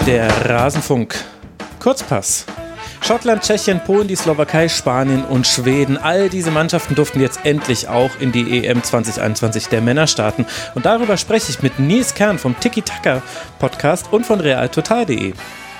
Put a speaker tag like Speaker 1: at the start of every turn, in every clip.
Speaker 1: Der Rasenfunk. Kurzpass. Schottland, Tschechien, Polen, die Slowakei, Spanien und Schweden. All diese Mannschaften durften jetzt endlich auch in die EM 2021 der Männer starten. Und darüber spreche ich mit Nils Kern vom Tiki-Taka-Podcast und von realtotal.de.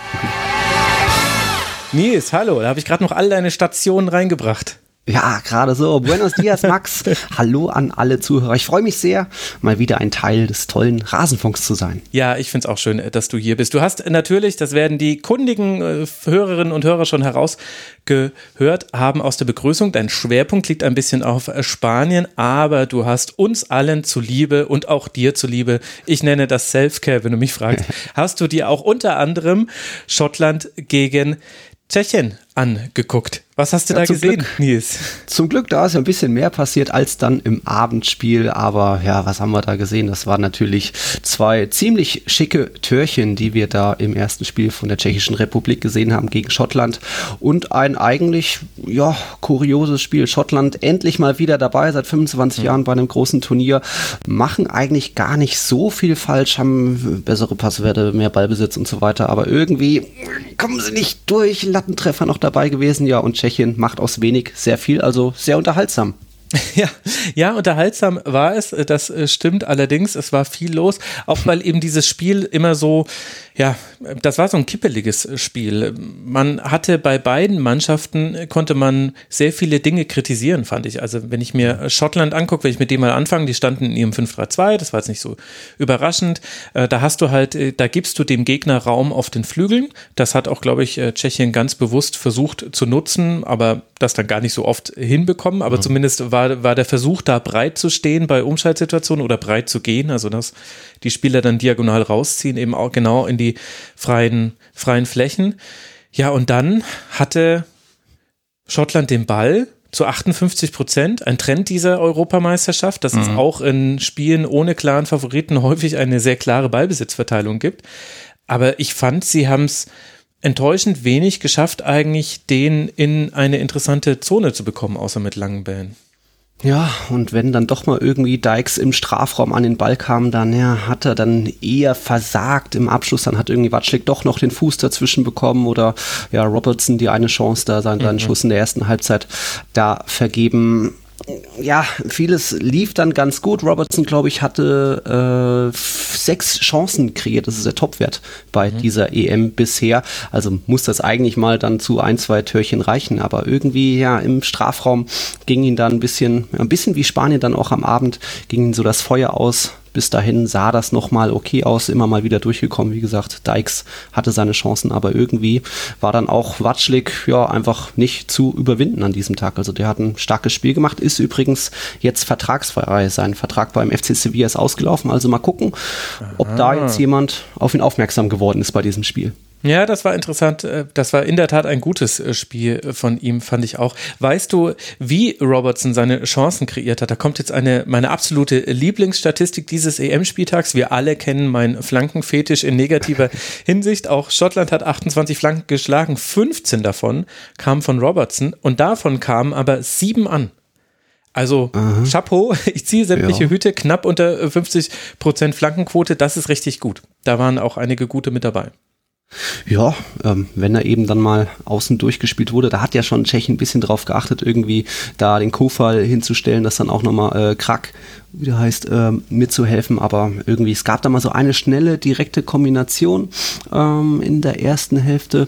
Speaker 1: Nils, hallo, da habe ich gerade noch all deine Stationen reingebracht.
Speaker 2: Ja, gerade so. Buenos dias, Max. Hallo an alle Zuhörer. Ich freue mich sehr, mal wieder ein Teil des tollen Rasenfunks zu sein.
Speaker 1: Ja, ich finde es auch schön, dass du hier bist. Du hast natürlich, das werden die kundigen Hörerinnen und Hörer schon herausgehört haben aus der Begrüßung, dein Schwerpunkt liegt ein bisschen auf Spanien, aber du hast uns allen zuliebe und auch dir zuliebe, ich nenne das Self-Care, wenn du mich fragst, hast du dir auch unter anderem Schottland gegen Tschechien angeguckt. Was hast du da gesehen, Nils?
Speaker 2: Zum Glück, da ist ja ein bisschen mehr passiert als dann im Abendspiel, aber ja, was haben wir da gesehen? Das waren natürlich zwei ziemlich schicke Törchen, die wir da im ersten Spiel von der Tschechischen Republik gesehen haben gegen Schottland und ein eigentlich, ja, kurioses Spiel. Schottland endlich mal wieder dabei, seit 25 Jahren bei einem großen Turnier, machen eigentlich gar nicht so viel falsch, haben bessere Passwerte, mehr Ballbesitz und so weiter, aber irgendwie kommen sie nicht durch, Lattentreffer noch dabei gewesen, ja, und Tschechien macht aus wenig sehr viel, also sehr unterhaltsam.
Speaker 1: Ja, unterhaltsam war es, das stimmt allerdings, es war viel los, auch weil eben dieses Spiel immer so, ja, das war so ein kippeliges Spiel. Man hatte bei beiden Mannschaften, konnte man sehr viele Dinge kritisieren, fand ich. Also wenn ich mir Schottland angucke, wenn ich mit dem mal anfange, die standen in ihrem 5-3-2, das war jetzt nicht so überraschend, da hast du halt, da gibst du dem Gegner Raum auf den Flügeln, das hat auch, glaube ich, Tschechien ganz bewusst versucht zu nutzen, aber das dann gar nicht so oft hinbekommen, aber zumindest war der Versuch da breit zu stehen bei Umschaltsituationen oder breit zu gehen, also dass die Spieler dann diagonal rausziehen, eben auch genau in die freien Flächen. Ja, und dann hatte Schottland den Ball zu 58%, ein Trend dieser Europameisterschaft, dass es auch in Spielen ohne klaren Favoriten häufig eine sehr klare Ballbesitzverteilung gibt. Aber ich fand, sie haben es enttäuschend wenig geschafft, eigentlich den in eine interessante Zone zu bekommen, außer mit langen Bällen.
Speaker 2: Ja, und wenn dann doch mal irgendwie Dykes im Strafraum an den Ball kam, dann hat er dann eher versagt im Abschluss, dann hat irgendwie Watschlik doch noch den Fuß dazwischen bekommen oder ja, Robertson die eine Chance da, seinen Schuss in der ersten Halbzeit da vergeben. Ja, vieles lief dann ganz gut. Robertson, glaube ich, hatte 6 Chancen kreiert. Das ist der Topwert bei dieser EM bisher. Also muss das eigentlich mal dann zu 1-2 Törchen reichen. Aber irgendwie, ja, im Strafraum ging ihn dann ein bisschen wie Spanien dann auch am Abend, ging ihm so das Feuer aus. Bis dahin sah das nochmal okay aus, immer mal wieder durchgekommen. Wie gesagt, Dykes hatte seine Chancen, aber irgendwie war dann auch Watschlik ja einfach nicht zu überwinden an diesem Tag. Also der hat ein starkes Spiel gemacht, ist übrigens jetzt vertragsfrei. Sein Vertrag beim FC Sevilla ist ausgelaufen, also mal gucken, ob da jetzt jemand auf ihn aufmerksam geworden ist bei diesem Spiel.
Speaker 1: Ja, das war interessant. Das war in der Tat ein gutes Spiel von ihm, fand ich auch. Weißt du, wie Robertson seine Chancen kreiert hat? Da kommt jetzt meine absolute Lieblingsstatistik dieses EM-Spieltags. Wir alle kennen meinen Flankenfetisch in negativer Hinsicht. Auch Schottland hat 28 Flanken geschlagen. 15 davon kamen von Robertson und davon kamen aber 7 an. Also Chapeau, ich ziehe sämtliche Hüte, knapp unter 50% Flankenquote. Das ist richtig gut. Da waren auch einige gute mit dabei.
Speaker 2: Ja, wenn er eben dann mal außen durchgespielt wurde, da hat ja schon Tschechien ein bisschen drauf geachtet, irgendwie da den Kofal hinzustellen, dass dann auch nochmal Krak, wie der heißt, mitzuhelfen, aber irgendwie, es gab da mal so eine schnelle, direkte Kombination in der ersten Hälfte.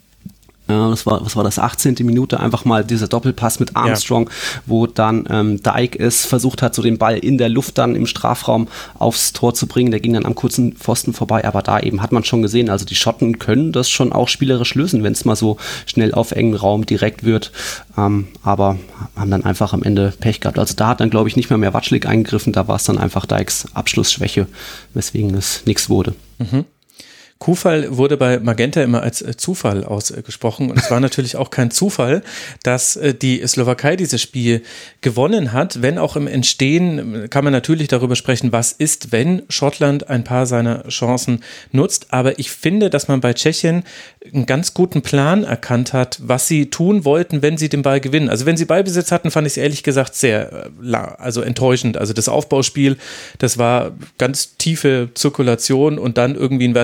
Speaker 2: Was war das, 18. Minute, einfach mal dieser Doppelpass mit Armstrong, wo dann Dyke es versucht hat, so den Ball in der Luft dann im Strafraum aufs Tor zu bringen. Der ging dann am kurzen Pfosten vorbei, aber da eben hat man schon gesehen, also die Schotten können das schon auch spielerisch lösen, wenn es mal so schnell auf engen Raum direkt wird, aber haben dann einfach am Ende Pech gehabt. Also da hat dann, glaube ich, nicht mehr Watschlik eingegriffen, da war es dann einfach Dykes Abschlussschwäche, weswegen es nichts wurde.
Speaker 1: Kufal wurde bei Magenta immer als Zufall ausgesprochen und es war natürlich auch kein Zufall, dass die Slowakei dieses Spiel gewonnen hat, wenn auch im Entstehen kann man natürlich darüber sprechen, was ist, wenn Schottland ein paar seiner Chancen nutzt, aber ich finde, dass man bei Tschechien einen ganz guten Plan erkannt hat, was sie tun wollten, wenn sie den Ball gewinnen. Also wenn sie Ballbesitz hatten, fand ich es ehrlich gesagt sehr enttäuschend. Also das Aufbauspiel, das war ganz tiefe Zirkulation und dann irgendwie ein vertikaler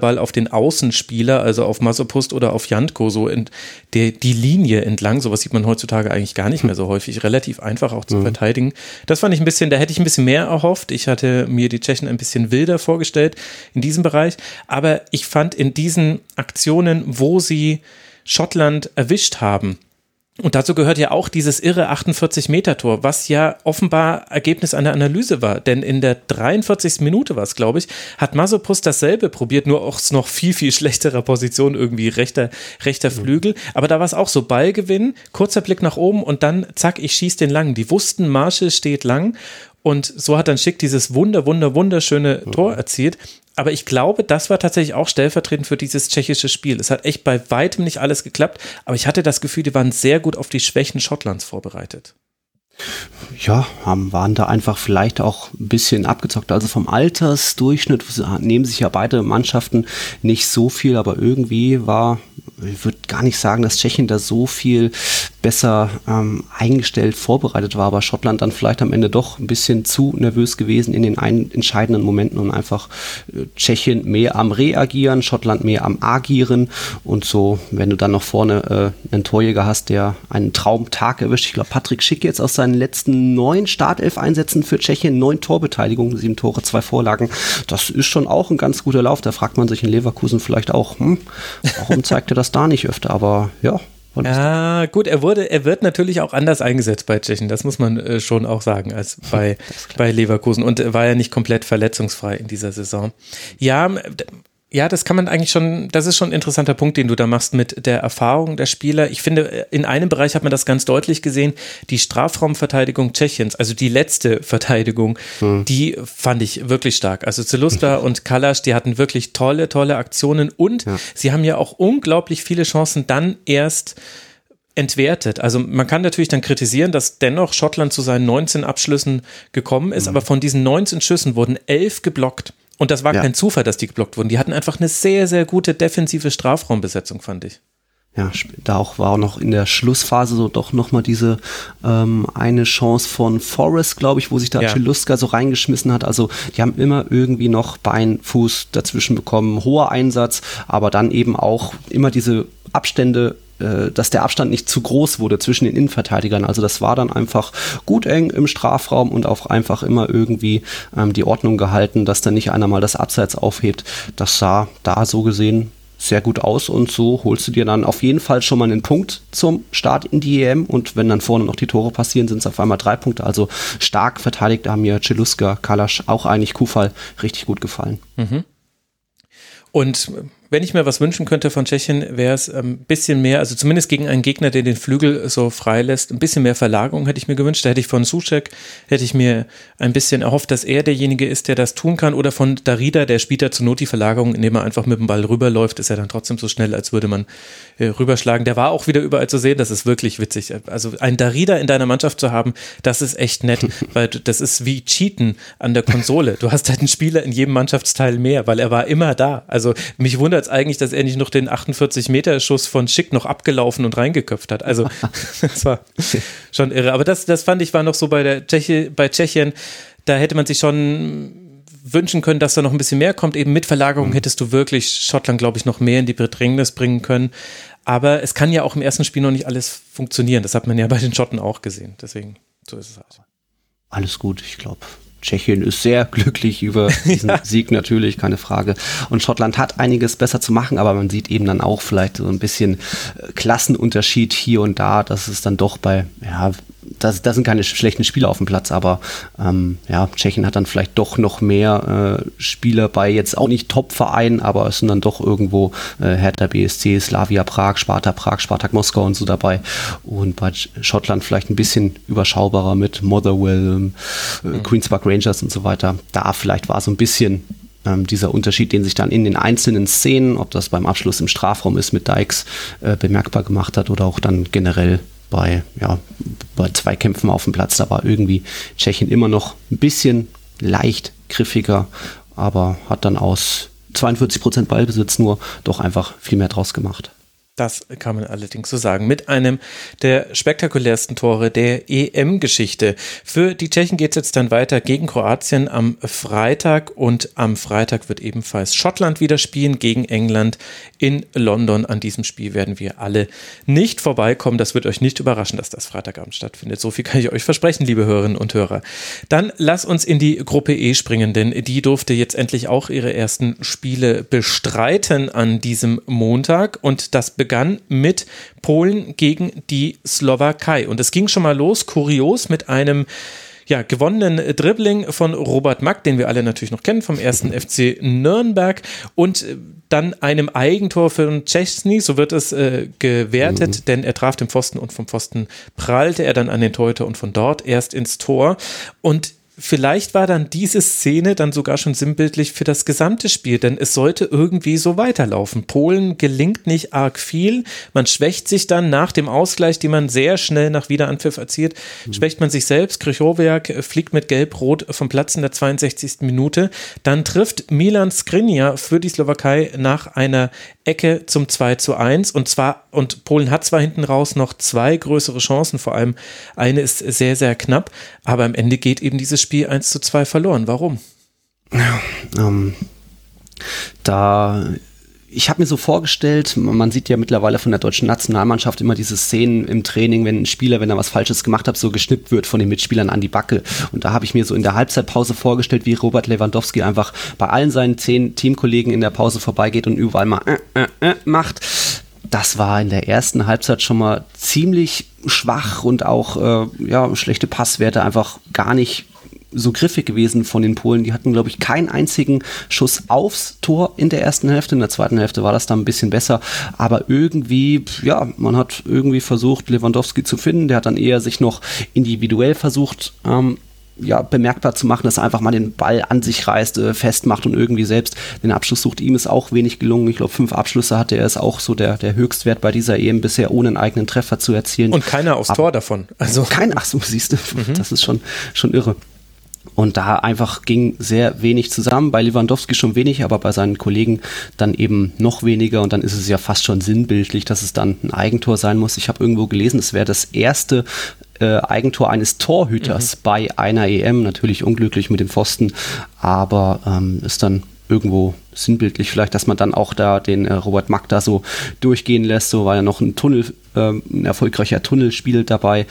Speaker 1: Ball auf den Außenspieler, also auf Masopust oder auf Jantko, so in die Linie entlang. Sowas sieht man heutzutage eigentlich gar nicht mehr so häufig. Relativ einfach auch zu verteidigen. Das fand ich ein bisschen, da hätte ich ein bisschen mehr erhofft. Ich hatte mir die Tschechen ein bisschen wilder vorgestellt in diesem Bereich. Aber ich fand in diesen Aktionen, wo sie Schottland erwischt haben, und dazu gehört ja auch dieses irre 48-Meter-Tor, was ja offenbar Ergebnis einer Analyse war. Denn in der 43. Minute war es, glaube ich, hat Masopust dasselbe probiert, nur aus noch viel, viel schlechterer Position, irgendwie rechter Flügel. Aber da war es auch so, Ballgewinn, kurzer Blick nach oben und dann zack, ich schieße den lang. Die wussten, Marshall steht lang und so hat dann Schick dieses wunderschöne Tor erzielt. Aber ich glaube, das war tatsächlich auch stellvertretend für dieses tschechische Spiel. Es hat echt bei weitem nicht alles geklappt, aber ich hatte das Gefühl, die waren sehr gut auf die Schwächen Schottlands vorbereitet.
Speaker 2: Ja, waren da einfach vielleicht auch ein bisschen abgezockt. Also vom Altersdurchschnitt nehmen sich ja beide Mannschaften nicht so viel, aber irgendwie ich würde gar nicht sagen, dass Tschechien da so viel besser eingestellt vorbereitet war, aber Schottland dann vielleicht am Ende doch ein bisschen zu nervös gewesen in den entscheidenden Momenten und einfach Tschechien mehr am Reagieren, Schottland mehr am Agieren und so, wenn du dann noch vorne einen Torjäger hast, der einen Traumtag erwischt. Ich glaube, Patrick Schick jetzt aus seinen letzten 9 Startelf-Einsätzen für Tschechien, 9 Torbeteiligungen, 7 Tore, 2 Vorlagen. Das ist schon auch ein ganz guter Lauf. Da fragt man sich in Leverkusen vielleicht auch, warum zeigt er das da nicht öfter? Aber ja.
Speaker 1: Ja, gut, er wird natürlich auch anders eingesetzt bei Tschechien, das muss man schon auch sagen, als bei Leverkusen und war ja nicht komplett verletzungsfrei in dieser Saison. Ja, das kann man eigentlich schon, das ist schon ein interessanter Punkt, den du da machst mit der Erfahrung der Spieler. Ich finde, in einem Bereich hat man das ganz deutlich gesehen, die Strafraumverteidigung Tschechiens, also die letzte Verteidigung, die fand ich wirklich stark. Also Zeluska und Kalaš, die hatten wirklich tolle Aktionen und sie haben ja auch unglaublich viele Chancen dann erst entwertet. Also man kann natürlich dann kritisieren, dass dennoch Schottland zu seinen 19 Abschlüssen gekommen ist, aber von diesen 19 Schüssen wurden 11 geblockt. Und das war kein Zufall, dass die geblockt wurden. Die hatten einfach eine sehr, sehr gute defensive Strafraumbesetzung, fand ich.
Speaker 2: Ja, war auch noch in der Schlussphase so doch nochmal diese eine Chance von Forrest, glaube ich, wo sich da Celuska so reingeschmissen hat. Also die haben immer irgendwie noch Bein, Fuß dazwischen bekommen, hoher Einsatz, aber dann eben auch immer diese Abstände, dass der Abstand nicht zu groß wurde zwischen den Innenverteidigern. Also das war dann einfach gut eng im Strafraum und auch einfach immer irgendwie die Ordnung gehalten, dass dann nicht einer mal das Abseits aufhebt. Das sah da so gesehen sehr gut aus und so holst du dir dann auf jeden Fall schon mal einen Punkt zum Start in die EM und wenn dann vorne noch die Tore passieren, sind es auf einmal 3 Punkte. Also stark verteidigt, da haben mir Celuska, Kalaš, auch eigentlich Kufal richtig gut gefallen.
Speaker 1: Und wenn ich mir was wünschen könnte von Tschechien, wäre es ein bisschen mehr, also zumindest gegen einen Gegner, der den Flügel so frei lässt, ein bisschen mehr Verlagerung hätte ich mir gewünscht. Da hätte ich von Souček, hätte ich mir ein bisschen erhofft, dass er derjenige ist, der das tun kann. Oder von Darida, der spielt da zur Not die Verlagerung, indem er einfach mit dem Ball rüberläuft, ist er dann trotzdem so schnell, als würde man rüberschlagen. Der war auch wieder überall zu sehen, das ist wirklich witzig. Also ein Darida in deiner Mannschaft zu haben, das ist echt nett, weil das ist wie Cheaten an der Konsole. Du hast halt einen Spieler in jedem Mannschaftsteil mehr, weil er war immer da. Also mich wundert es eigentlich, dass er nicht noch den 48-Meter-Schuss von Schick noch abgelaufen und reingeköpft hat. Also das war schon irre. Aber das fand ich war noch so bei Tschechien, da hätte man sich schon wünschen können, dass da noch ein bisschen mehr kommt. Eben mit Verlagerung hättest du wirklich Schottland, glaube ich, noch mehr in die Bedrängnis bringen können. Aber es kann ja auch im ersten Spiel noch nicht alles funktionieren. Das hat man ja bei den Schotten auch gesehen. Deswegen, so ist es halt.
Speaker 2: Alles gut, ich glaube. Tschechien ist sehr glücklich über diesen Sieg, natürlich, keine Frage. Und Schottland hat einiges besser zu machen, aber man sieht eben dann auch vielleicht so ein bisschen Klassenunterschied hier und da, dass es dann doch da sind keine schlechten Spieler auf dem Platz, aber Tschechien hat dann vielleicht doch noch mehr Spieler bei jetzt auch nicht Top-Vereinen, aber es sind dann doch irgendwo Hertha BSC, Slavia Prag, Spartak Moskau und so dabei. Und bei Schottland vielleicht ein bisschen überschaubarer mit Motherwell, Queen's Park Rangers und so weiter. Da vielleicht war so ein bisschen dieser Unterschied, den sich dann in den einzelnen Szenen, ob das beim Abschluss im Strafraum ist mit Dykes, bemerkbar gemacht hat oder auch dann generell bei Zweikämpfen auf dem Platz. Da war irgendwie Tschechien immer noch ein bisschen leicht griffiger, aber hat dann aus 42% Ballbesitz nur doch einfach viel mehr draus gemacht.
Speaker 1: Das kann man allerdings so sagen. Mit einem der spektakulärsten Tore der EM-Geschichte. Für die Tschechen geht es jetzt dann weiter gegen Kroatien am Freitag und am Freitag wird ebenfalls Schottland wieder spielen gegen England in London. An diesem Spiel werden wir alle nicht vorbeikommen. Das wird euch nicht überraschen, dass das Freitagabend stattfindet. So viel kann ich euch versprechen, liebe Hörerinnen und Hörer. Dann lasst uns in die Gruppe E springen, denn die durfte jetzt endlich auch ihre ersten Spiele bestreiten an diesem Montag und das begann mit Polen gegen die Slowakei. Und es ging schon mal los, kurios, mit einem gewonnenen Dribbling von Robert Mack, den wir alle natürlich noch kennen, vom 1. FC Nürnberg und dann einem Eigentor von Szczęsny, so wird es gewertet, denn er traf den Pfosten und vom Pfosten prallte er dann an den Torhüter und von dort erst ins Tor und vielleicht war dann diese Szene dann sogar schon sinnbildlich für das gesamte Spiel, denn es sollte irgendwie so weiterlaufen. Polen gelingt nicht arg viel, man schwächt sich dann nach dem Ausgleich, den man sehr schnell nach Wiederanpfiff erzielt, schwächt man sich selbst. Krychowiak fliegt mit Gelb-Rot vom Platz in der 62. Minute. Dann trifft Milan Skriniar für die Slowakei nach einer Ecke zum 2:1 und Polen hat zwar hinten raus noch 2 größere Chancen, vor allem eine ist sehr, sehr knapp, aber am Ende geht eben dieses Spiel 1:2 verloren. Warum?
Speaker 2: Ich habe mir so vorgestellt, man sieht ja mittlerweile von der deutschen Nationalmannschaft immer diese Szenen im Training, wenn ein Spieler, wenn er was Falsches gemacht hat, so geschnippt wird von den Mitspielern an die Backe. Und da habe ich mir so in der Halbzeitpause vorgestellt, wie Robert Lewandowski einfach bei allen seinen 10 Teamkollegen in der Pause vorbeigeht und überall mal macht. Das war in der ersten Halbzeit schon mal ziemlich schwach und auch schlechte Passwerte, einfach gar nicht so griffig gewesen von den Polen. Die hatten, glaube ich, keinen einzigen Schuss aufs Tor in der ersten Hälfte. In der zweiten Hälfte war das dann ein bisschen besser. Aber irgendwie, man hat irgendwie versucht, Lewandowski zu finden. Der hat dann eher sich noch individuell versucht, bemerkbar zu machen, dass er einfach mal den Ball an sich reißt, festmacht und irgendwie selbst den Abschluss sucht. Ihm ist auch wenig gelungen. Ich glaube, 5 Abschlüsse hatte er, ist auch so der Höchstwert bei dieser EM bisher, ohne einen eigenen Treffer zu erzielen.
Speaker 1: Und keiner aufs Tor davon. Also
Speaker 2: siehst du, das ist schon irre. Und da einfach ging sehr wenig zusammen, bei Lewandowski schon wenig, aber bei seinen Kollegen dann eben noch weniger und dann ist es ja fast schon sinnbildlich, dass es dann ein Eigentor sein muss. Ich habe irgendwo gelesen, es wäre das erste Eigentor eines Torhüters bei einer EM, natürlich unglücklich mit dem Pfosten, aber ist dann irgendwo sinnbildlich vielleicht, dass man dann auch da den Robert Mack da so durchgehen lässt, so war ja noch ein erfolgreicher Tunnelspiel dabei.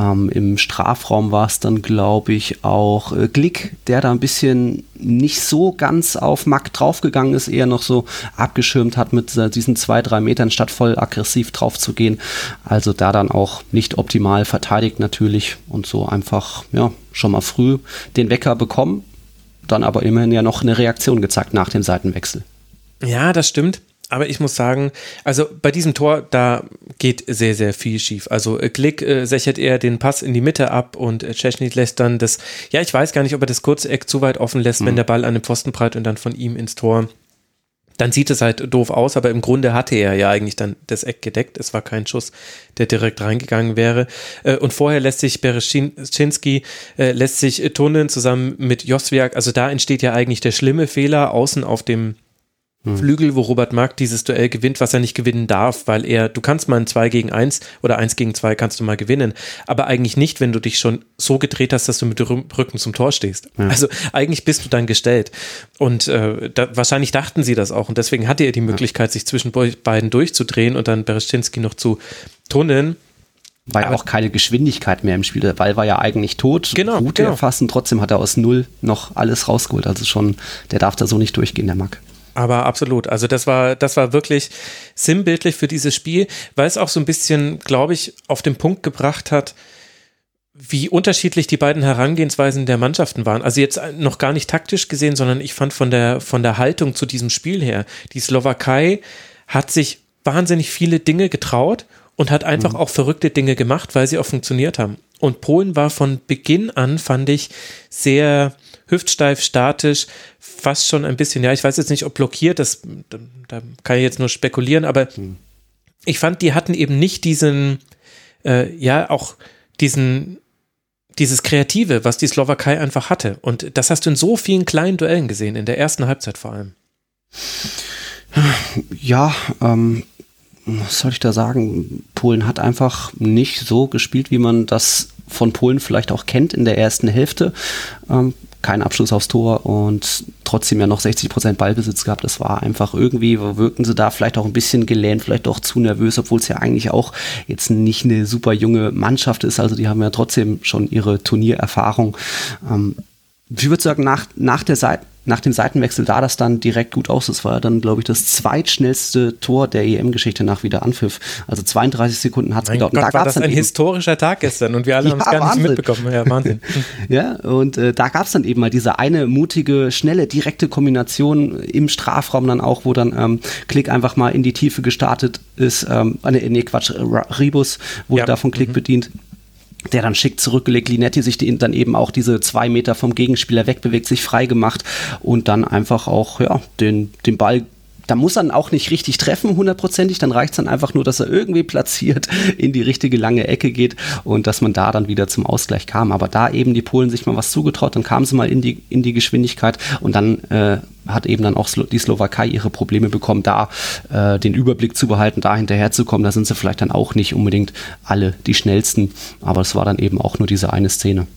Speaker 2: Im Strafraum war es dann, glaube ich, auch Glick, der da ein bisschen nicht so ganz auf Mack draufgegangen ist, eher noch so abgeschirmt hat mit diesen 2-3 Metern, statt voll aggressiv drauf zu gehen. Also da dann auch nicht optimal verteidigt natürlich und so einfach, schon mal früh den Wecker bekommen. Dann aber immerhin ja noch eine Reaktion gezeigt nach dem Seitenwechsel.
Speaker 1: Ja, das stimmt. Aber ich muss sagen, also bei diesem Tor, da geht sehr, sehr viel schief. Also Glick sichert eher den Pass in die Mitte ab und Szczęsny lässt dann ich weiß gar nicht, ob er das kurze Eck zu weit offen lässt, wenn der Ball an den Pfosten prallt und dann von ihm ins Tor. Dann sieht es halt doof aus, aber im Grunde hatte er ja eigentlich dann das Eck gedeckt. Es war kein Schuss, der direkt reingegangen wäre. Und vorher lässt sich Bereschinski tunneln zusammen mit Joswiak. Also da entsteht ja eigentlich der schlimme Fehler außen auf dem Flügel, wo Robert Mack dieses Duell gewinnt, was er nicht gewinnen darf, weil du kannst mal ein 2-gegen-1 oder 1-gegen-2 kannst du mal gewinnen, aber eigentlich nicht, wenn du dich schon so gedreht hast, dass du mit dem Rücken zum Tor stehst. Ja. Also eigentlich bist du dann gestellt und wahrscheinlich dachten sie das auch und deswegen hatte er die Möglichkeit, sich zwischen beiden durchzudrehen und dann Bereschinski noch zu tunneln.
Speaker 2: War ja auch keine Geschwindigkeit mehr im Spiel. Der Ball war ja eigentlich tot, gut erfassen, trotzdem hat er aus 0 noch alles rausgeholt. Also schon, der darf da so nicht durchgehen, der Mack.
Speaker 1: Aber absolut, also das war wirklich sinnbildlich für dieses Spiel, weil es auch so ein bisschen, glaube ich, auf den Punkt gebracht hat, wie unterschiedlich die beiden Herangehensweisen der Mannschaften waren. Also jetzt noch gar nicht taktisch gesehen, sondern ich fand von der Haltung zu diesem Spiel her, die Slowakei hat sich wahnsinnig viele Dinge getraut und hat einfach auch verrückte Dinge gemacht, weil sie auch funktioniert haben. Und Polen war von Beginn an, fand ich, sehr hüftsteif, statisch, fast schon ein bisschen, ich weiß jetzt nicht, ob blockiert, da kann ich jetzt nur spekulieren, aber ich fand, die hatten eben nicht dieses Kreative, was die Slowakei einfach hatte. Und das hast du in so vielen kleinen Duellen gesehen, in der ersten Halbzeit vor allem.
Speaker 2: Ja, was soll ich da sagen? Polen hat einfach nicht so gespielt, wie man das von Polen vielleicht auch kennt in der ersten Hälfte. Kein Abschluss aufs Tor und trotzdem ja noch 60% Ballbesitz gehabt. Das war einfach irgendwie, wirkten sie da vielleicht auch ein bisschen gelähmt, vielleicht auch zu nervös, obwohl es ja eigentlich auch jetzt nicht eine super junge Mannschaft ist. Also die haben ja trotzdem schon ihre Turniererfahrung. Ich würde sagen, nach dem Seitenwechsel sah das dann direkt gut aus. Das war dann, glaube ich, das zweitschnellste Tor der EM-Geschichte nach Wiederanpfiff. Also 32 Sekunden hat es gedauert.
Speaker 1: Gott, war das ein historischer Tag gestern und wir alle haben es gar nicht mitbekommen. Ja, Wahnsinn.
Speaker 2: Ja, und da gab es dann eben mal diese eine mutige, schnelle, direkte Kombination im Strafraum dann auch, wo dann Klich einfach mal in die Tiefe gestartet ist. Ribus wurde da von Klich bedient. Der dann schick zurückgelegt, Linetti sich dann eben auch diese 2 Meter vom Gegenspieler wegbewegt, sich frei gemacht und dann einfach auch den Ball, da muss er auch nicht richtig treffen, 100%, dann reicht es dann einfach nur, dass er irgendwie platziert in die richtige lange Ecke geht und dass man da dann wieder zum Ausgleich kam. Aber da eben die Polen sich mal was zugetraut, dann kamen sie mal in die Geschwindigkeit und dann hat eben dann auch die Slowakei ihre Probleme bekommen, da den Überblick zu behalten, da hinterherzukommen. Da sind sie vielleicht dann auch nicht unbedingt alle die schnellsten, aber es war dann eben auch nur diese eine Szene.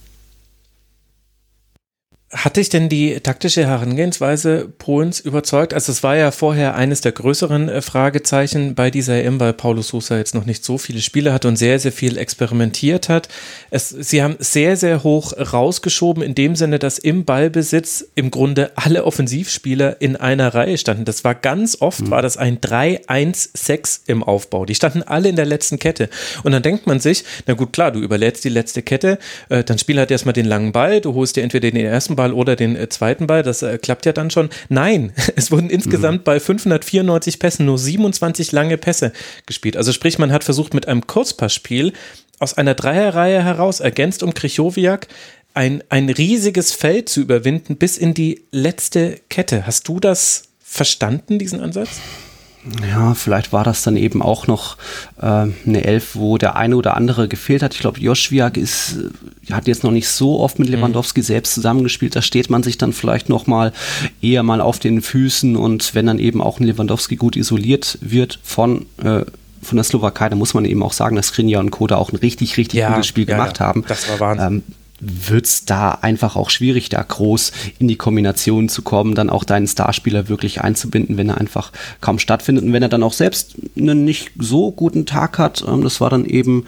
Speaker 1: Hat dich denn die taktische Herangehensweise Polens überzeugt? Also es war ja vorher eines der größeren Fragezeichen bei dieser EM, weil Paulo Sousa jetzt noch nicht so viele Spiele hat und sehr, sehr viel experimentiert hat. Sie haben sehr, sehr hoch rausgeschoben, in dem Sinne, dass im Ballbesitz im Grunde alle Offensivspieler in einer Reihe standen. Das war ganz oft, war das ein 3-1-6 im Aufbau. Die standen alle in der letzten Kette. Und dann denkt man sich, na gut, klar, du überlädst die letzte Kette, dann spiel halt erstmal den langen Ball, du holst dir entweder den ersten Ball oder den zweiten Ball, das klappt ja dann schon. Nein, es wurden insgesamt bei 594 Pässen nur 27 lange Pässe gespielt. Also sprich, man hat versucht mit einem Kurzpassspiel aus einer Dreierreihe heraus, ergänzt um Krychowiak, ein riesiges Feld zu überwinden bis in die letzte Kette. Hast du das verstanden, diesen Ansatz?
Speaker 2: Ja, vielleicht war das dann eben auch noch eine Elf, wo der eine oder andere gefehlt hat. Ich glaube, Jošviak hat jetzt noch nicht so oft mit Lewandowski selbst zusammengespielt. Da steht man sich dann vielleicht noch mal eher mal auf den Füßen und wenn dann eben auch ein Lewandowski gut isoliert wird von der Slowakei, dann muss man eben auch sagen, dass Skriniar und Koda auch ein richtig gutes Spiel gemacht haben.
Speaker 1: Das war Wahnsinn.
Speaker 2: Wird es da einfach auch schwierig, da groß in die Kombination zu kommen, dann auch deinen Starspieler wirklich einzubinden, wenn er einfach kaum stattfindet und wenn er dann auch selbst einen nicht so guten Tag hat. Das war dann eben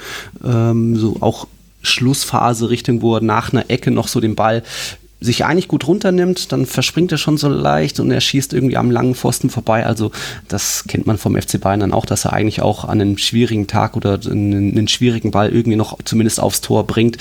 Speaker 2: so auch Schlussphase Richtung, wo er nach einer Ecke noch so den Ball sich eigentlich gut runternimmt, dann verspringt er schon so leicht und er schießt irgendwie am langen Pfosten vorbei. Also das kennt man vom FC Bayern dann auch, dass er eigentlich auch an einem schwierigen Tag oder einen schwierigen Ball irgendwie noch zumindest aufs Tor bringt.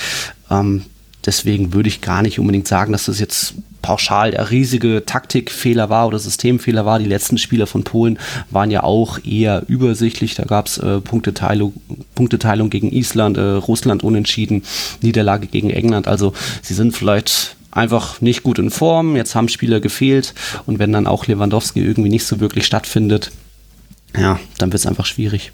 Speaker 2: Deswegen würde ich gar nicht unbedingt sagen, dass das jetzt pauschal der riesige Taktikfehler war oder Systemfehler war. Die letzten Spiele von Polen waren ja auch eher übersichtlich. Da gab es Punkteteilung gegen Island, Russland unentschieden, Niederlage gegen England. Also sie sind vielleicht einfach nicht gut in Form. Jetzt haben Spieler gefehlt und wenn dann auch Lewandowski irgendwie nicht so wirklich stattfindet, ja, dann wird es einfach schwierig.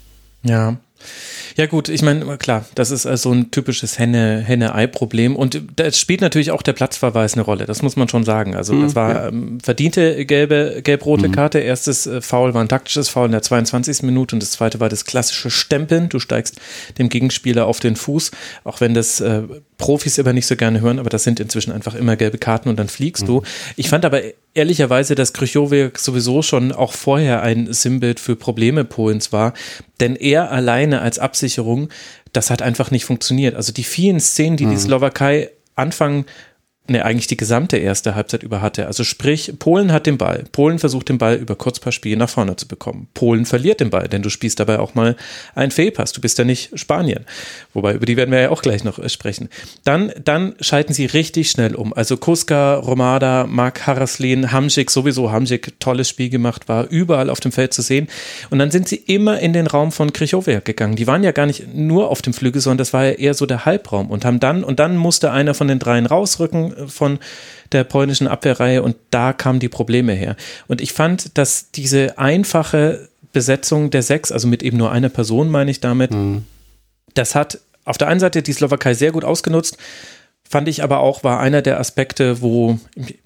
Speaker 1: Ja gut, ich meine, klar, das ist also ein typisches Henne-Ei-Problem und da spielt natürlich auch der Platzverweis eine Rolle, das muss man schon sagen. Also das war verdiente gelb-rote Karte, erstes Foul war ein taktisches Foul in der 22. Minute und das zweite war das klassische Stempeln, du steigst dem Gegenspieler auf den Fuß, auch wenn das Profis immer nicht so gerne hören, aber das sind inzwischen einfach immer gelbe Karten und dann fliegst du. Ich fand aber ehrlicherweise, dass Krychowiak sowieso schon auch vorher ein Sinnbild für Probleme Polens war, denn er alleine als Absicherung, das hat einfach nicht funktioniert. Also die vielen Szenen, die die Slowakei eigentlich die gesamte erste Halbzeit über hatte. Also sprich, Polen hat den Ball. Polen versucht den Ball über Kurzpassspiel nach vorne zu bekommen. Polen verliert den Ball, denn du spielst dabei auch mal einen Fehlpass. Du bist ja nicht Spanien. Wobei, über die werden wir ja auch gleich noch sprechen. Dann schalten sie richtig schnell um. Also Kuska, Romada, Mark Haraslin, Hamšík, sowieso Hamšík, tolles Spiel gemacht, war überall auf dem Feld zu sehen. Und dann sind sie immer in den Raum von Krychowiak gegangen. Die waren ja gar nicht nur auf dem Flügel, sondern das war ja eher so der Halbraum und dann musste einer von den dreien rausrücken von der polnischen Abwehrreihe und da kamen die Probleme her. Und ich fand, dass diese einfache Besetzung der 6, also mit eben nur einer Person, meine ich damit, das hat auf der einen Seite die Slowakei sehr gut ausgenutzt, fand ich aber auch, war einer der Aspekte, wo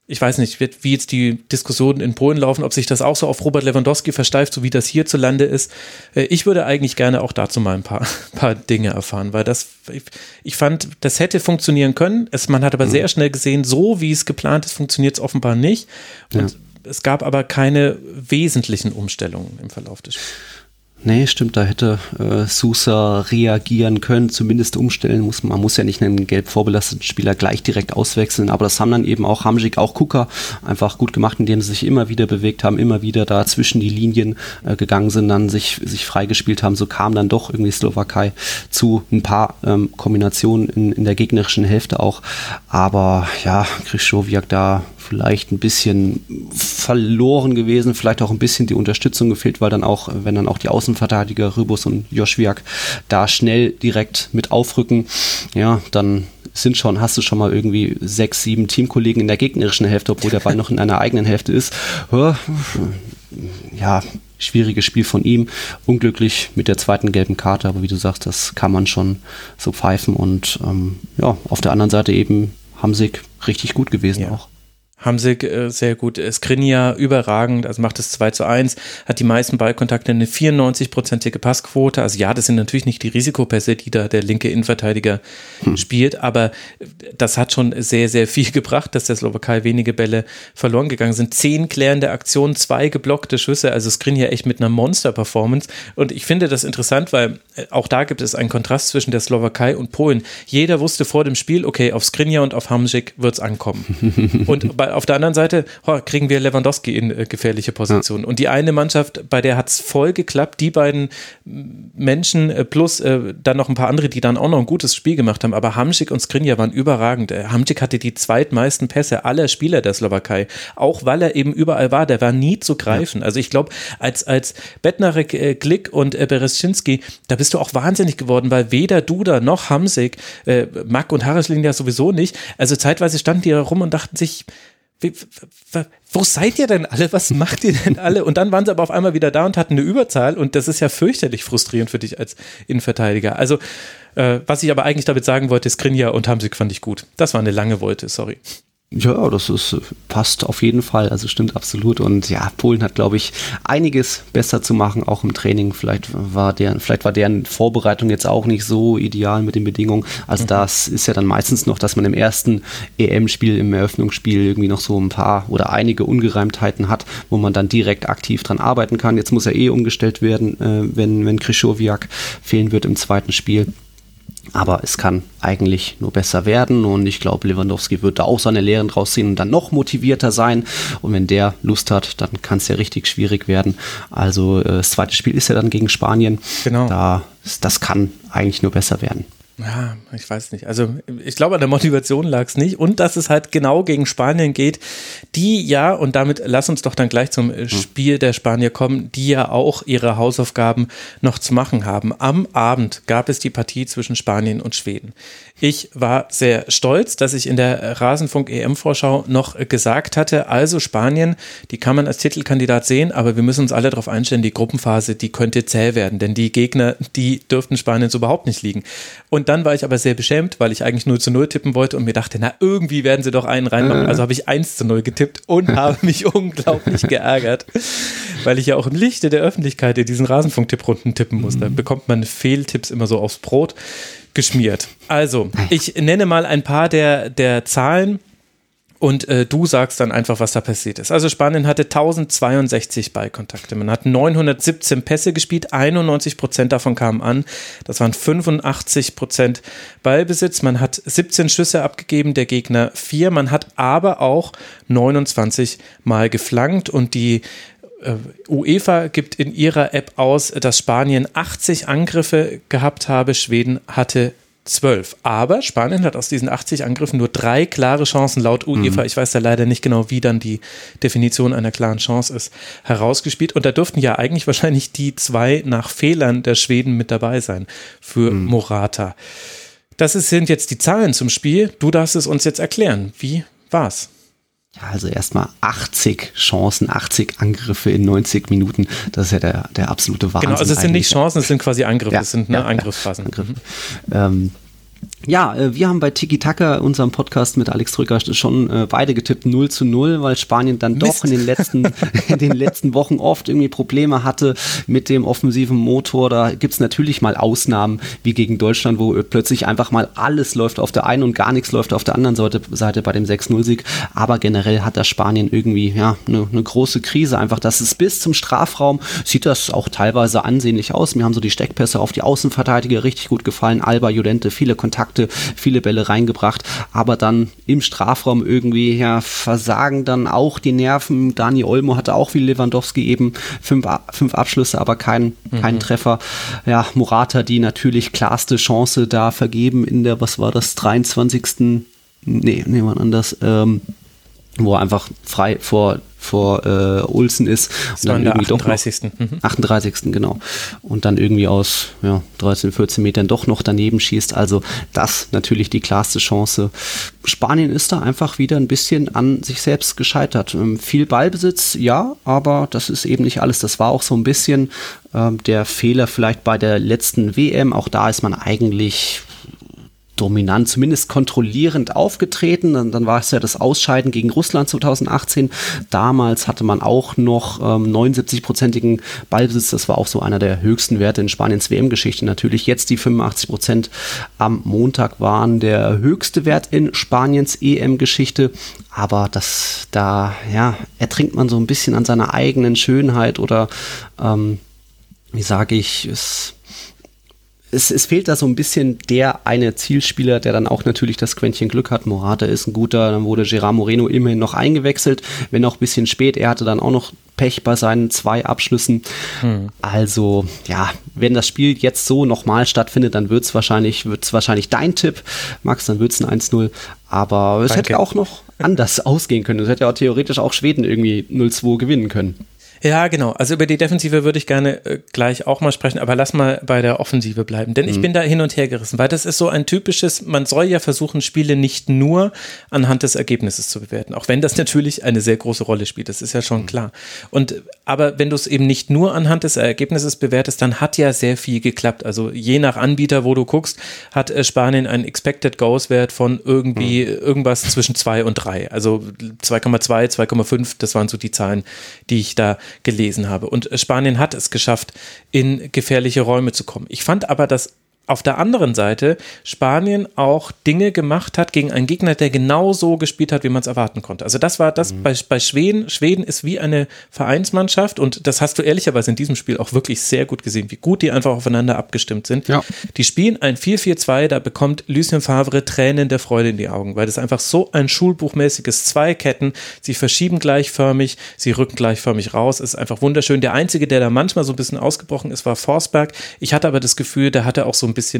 Speaker 1: ich weiß nicht, wie jetzt die Diskussionen in Polen laufen, ob sich das auch so auf Robert Lewandowski versteift, so wie das hierzulande ist. Ich würde eigentlich gerne auch dazu mal ein paar Dinge erfahren, weil ich fand, das hätte funktionieren können. Man hat aber sehr schnell gesehen, so wie es geplant ist, funktioniert es offenbar nicht. Und es gab aber keine wesentlichen Umstellungen im Verlauf des Spiels.
Speaker 2: Nee, stimmt, da hätte Sousa reagieren können, zumindest umstellen. Man muss ja nicht einen gelb vorbelasteten Spieler gleich direkt auswechseln, aber das haben dann eben auch Hamsik, auch Kuka einfach gut gemacht, indem sie sich immer wieder bewegt haben, immer wieder da zwischen die Linien gegangen sind, dann sich freigespielt haben. So kam dann doch irgendwie Slowakei zu ein paar Kombinationen in der gegnerischen Hälfte auch. Aber ja, Krychowiak da vielleicht ein bisschen verloren gewesen, vielleicht auch ein bisschen die Unterstützung gefehlt, weil dann auch, wenn dann auch die Außenverteidiger Rybus und Jošvík da schnell direkt mit aufrücken, ja, dann hast du schon mal irgendwie 6, 7 Teamkollegen in der gegnerischen Hälfte, obwohl der Ball noch in einer eigenen Hälfte ist. Ja, schwieriges Spiel von ihm, unglücklich mit der zweiten gelben Karte, aber wie du sagst, das kann man schon so pfeifen und auf der anderen Seite eben Hamsik richtig gut gewesen auch.
Speaker 1: Hamsik sehr gut, Skriniar überragend, also macht es 2:1, hat die meisten Ballkontakte, eine 94%ige Passquote, also ja, das sind natürlich nicht die Risikopässe, die da der linke Innenverteidiger spielt, aber das hat schon sehr, sehr viel gebracht, dass der Slowakei wenige Bälle verloren gegangen sind, 10 klärende Aktionen, 2 geblockte Schüsse, also Skriniar echt mit einer Monster-Performance und ich finde das interessant, weil auch da gibt es einen Kontrast zwischen der Slowakei und Polen. Jeder wusste vor dem Spiel, okay, auf Skriniar und auf Hamsik wird es ankommen und auf der anderen Seite kriegen wir Lewandowski in gefährliche Positionen. Und die eine Mannschaft, bei der hat es voll geklappt, die beiden Menschen plus dann noch ein paar andere, die dann auch noch ein gutes Spiel gemacht haben. Aber Hamsik und Skriniar waren überragend. Hamsik hatte die zweitmeisten Pässe aller Spieler der Slowakei, auch weil er eben überall war. Der war nie zu greifen. Also ich glaube, als Bednarek, Glick und Bereschinski, da bist du auch wahnsinnig geworden, weil weder Duda noch Hamsik, Mack und Haraslin ja sowieso nicht. Also zeitweise standen die da rum und dachten sich, wo seid ihr denn alle? Was macht ihr denn alle? Und dann waren sie aber auf einmal wieder da und hatten eine Überzahl und das ist ja fürchterlich frustrierend für dich als Innenverteidiger. Also, was ich aber eigentlich damit sagen wollte, Skriniar und Hamsik fand ich gut. Das war eine lange Wolte, sorry.
Speaker 2: Ja, passt auf jeden Fall, also stimmt absolut und ja, Polen hat, glaube ich, einiges besser zu machen, auch im Training, vielleicht war deren Vorbereitung jetzt auch nicht so ideal mit den Bedingungen, also das ist ja dann meistens noch, dass man im ersten EM-Spiel, im Eröffnungsspiel irgendwie noch so ein paar oder einige Ungereimtheiten hat, wo man dann direkt aktiv dran arbeiten kann. Jetzt muss er umgestellt werden, wenn Krychowiak fehlen wird im zweiten Spiel. Aber es kann eigentlich nur besser werden und ich glaube, Lewandowski wird da auch seine Lehren draus ziehen und dann noch motivierter sein und wenn der Lust hat, dann kann es ja richtig schwierig werden. Also das zweite Spiel ist ja dann gegen Spanien. Genau. Das kann eigentlich nur besser werden.
Speaker 1: Ja, ich weiß nicht. Also ich glaube, an der Motivation lag es nicht und dass es halt genau gegen Spanien geht, die ja, und damit lass uns doch dann gleich zum Spiel der Spanier kommen, die ja auch ihre Hausaufgaben noch zu machen haben. Am Abend gab es die Partie zwischen Spanien und Schweden. Ich war sehr stolz, dass ich in der Rasenfunk-EM-Vorschau noch gesagt hatte, also Spanien, die kann man als Titelkandidat sehen, aber wir müssen uns alle darauf einstellen, die Gruppenphase, die könnte zäh werden, denn die Gegner, die dürften Spaniens überhaupt nicht liegen. Und dann war ich aber sehr beschämt, weil ich eigentlich 0:0 tippen wollte und mir dachte, na irgendwie werden sie doch einen reinmachen. Also habe ich 1:0 getippt und habe mich unglaublich geärgert, weil ich ja auch im Lichte der Öffentlichkeit in diesen Rasenfunk-Tipprunden tippen muss. Da bekommt man Fehltipps immer so aufs Brot geschmiert. Also, ich nenne mal ein paar der Zahlen und du sagst dann einfach, was da passiert ist. Also Spanien hatte 1062 Ballkontakte. Man hat 917 Pässe gespielt, 91% davon kamen an. Das waren 85% Ballbesitz. Man hat 17 Schüsse abgegeben, der Gegner 4. Man hat aber auch 29 Mal geflankt und die UEFA gibt in ihrer App aus, dass Spanien 80 Angriffe gehabt habe, Schweden hatte 12. Aber Spanien hat aus diesen 80 Angriffen nur 3 klare Chancen laut UEFA, ich weiß ja leider nicht genau, wie dann die Definition einer klaren Chance ist, herausgespielt. Und da dürften ja eigentlich wahrscheinlich die 2 nach Fehlern der Schweden mit dabei sein für Morata. Sind jetzt die Zahlen zum Spiel. Du darfst es uns jetzt erklären. Wie war's?
Speaker 2: Ja, also erstmal 80 Chancen, 80 Angriffe in 90 Minuten. Das ist ja der absolute Wahnsinn.
Speaker 1: Genau, also es sind nicht Chancen, es sind quasi Angriffe, es sind Angriffsphasen.
Speaker 2: Angriffe. Ja, wir haben bei Tiki Taka, unserem Podcast mit Alex Drücker, schon beide getippt 0:0, weil Spanien dann doch in den letzten Wochen oft irgendwie Probleme hatte mit dem offensiven Motor. Da gibt's natürlich mal Ausnahmen, wie gegen Deutschland, wo plötzlich einfach mal alles läuft auf der einen und gar nichts läuft auf der anderen Seite bei dem 6:0-Sieg. Aber generell hat das Spanien irgendwie eine große Krise. Einfach, dass es bis zum Strafraum sieht das auch teilweise ansehnlich aus. Mir haben so die Steckpässe auf die Außenverteidiger richtig gut gefallen. Alba, Llorente, viele Kontakte, viele Bälle reingebracht, aber dann im Strafraum irgendwie versagen dann auch die Nerven. Dani Olmo hatte auch wie Lewandowski eben fünf Abschlüsse, aber keinen Treffer. Ja, Morata, die natürlich klarste Chance da vergeben in der, 23. wann anders, wo er einfach frei vor Olsen ist.
Speaker 1: Das war in der 38.
Speaker 2: 38. Genau. Und dann irgendwie aus 13, 14 Metern doch noch daneben schießt. Also das natürlich die klarste Chance. Spanien ist da einfach wieder ein bisschen an sich selbst gescheitert. Viel Ballbesitz, ja, aber das ist eben nicht alles. Das war auch so ein bisschen der Fehler vielleicht bei der letzten WM. Auch da ist man eigentlich dominant, zumindest kontrollierend aufgetreten. Dann war es ja das Ausscheiden gegen Russland 2018. Damals hatte man auch noch 79%igen Ballbesitz. Das war auch so einer der höchsten Werte in Spaniens WM-Geschichte. Natürlich jetzt die 85% am Montag waren der höchste Wert in Spaniens EM-Geschichte. Aber da ertrinkt man so ein bisschen an seiner eigenen Schönheit oder wie sage ich, es fehlt da so ein bisschen der eine Zielspieler, der dann auch natürlich das Quäntchen Glück hat. Morata ist ein guter, dann wurde Gerard Moreno immerhin noch eingewechselt, wenn auch ein bisschen spät. Er hatte dann auch noch Pech bei seinen 2 Abschlüssen. Also, wenn das Spiel jetzt so nochmal stattfindet, dann wird's wahrscheinlich dein Tipp, Max, dann wird's ein 1:0. Aber es hätte auch noch anders ausgehen können. Es hätte ja auch theoretisch auch Schweden irgendwie 0:2 gewinnen können.
Speaker 1: Ja, genau. Also über die Defensive würde ich gerne gleich auch mal sprechen, aber lass mal bei der Offensive bleiben, denn ich bin da hin und her gerissen, weil das ist so ein typisches, man soll ja versuchen, Spiele nicht nur anhand des Ergebnisses zu bewerten, auch wenn das natürlich eine sehr große Rolle spielt, das ist ja schon klar. Aber wenn du es eben nicht nur anhand des Ergebnisses bewertest, dann hat ja sehr viel geklappt. Also je nach Anbieter, wo du guckst, hat Spanien einen Expected Goals Wert von irgendwie irgendwas zwischen 2 und 3. Also 2,2, 2,5, das waren so die Zahlen, die ich da gelesen habe. Und Spanien hat es geschafft, in gefährliche Räume zu kommen. Ich fand aber, dass auf der anderen Seite Spanien auch Dinge gemacht hat gegen einen Gegner, der genau so gespielt hat, wie man es erwarten konnte. Also das war das bei Schweden. Schweden ist wie eine Vereinsmannschaft und das hast du ehrlicherweise in diesem Spiel auch wirklich sehr gut gesehen, wie gut die einfach aufeinander abgestimmt sind. Ja. Die spielen ein 4-4-2, da bekommt Lucien Favre Tränen der Freude in die Augen, weil das einfach so ein schulbuchmäßiges Zweiketten, sie verschieben gleichförmig, sie rücken gleichförmig raus, ist einfach wunderschön. Der Einzige, der da manchmal so ein bisschen ausgebrochen ist, war Forsberg. Ich hatte aber das Gefühl, der hatte auch so ein bisschen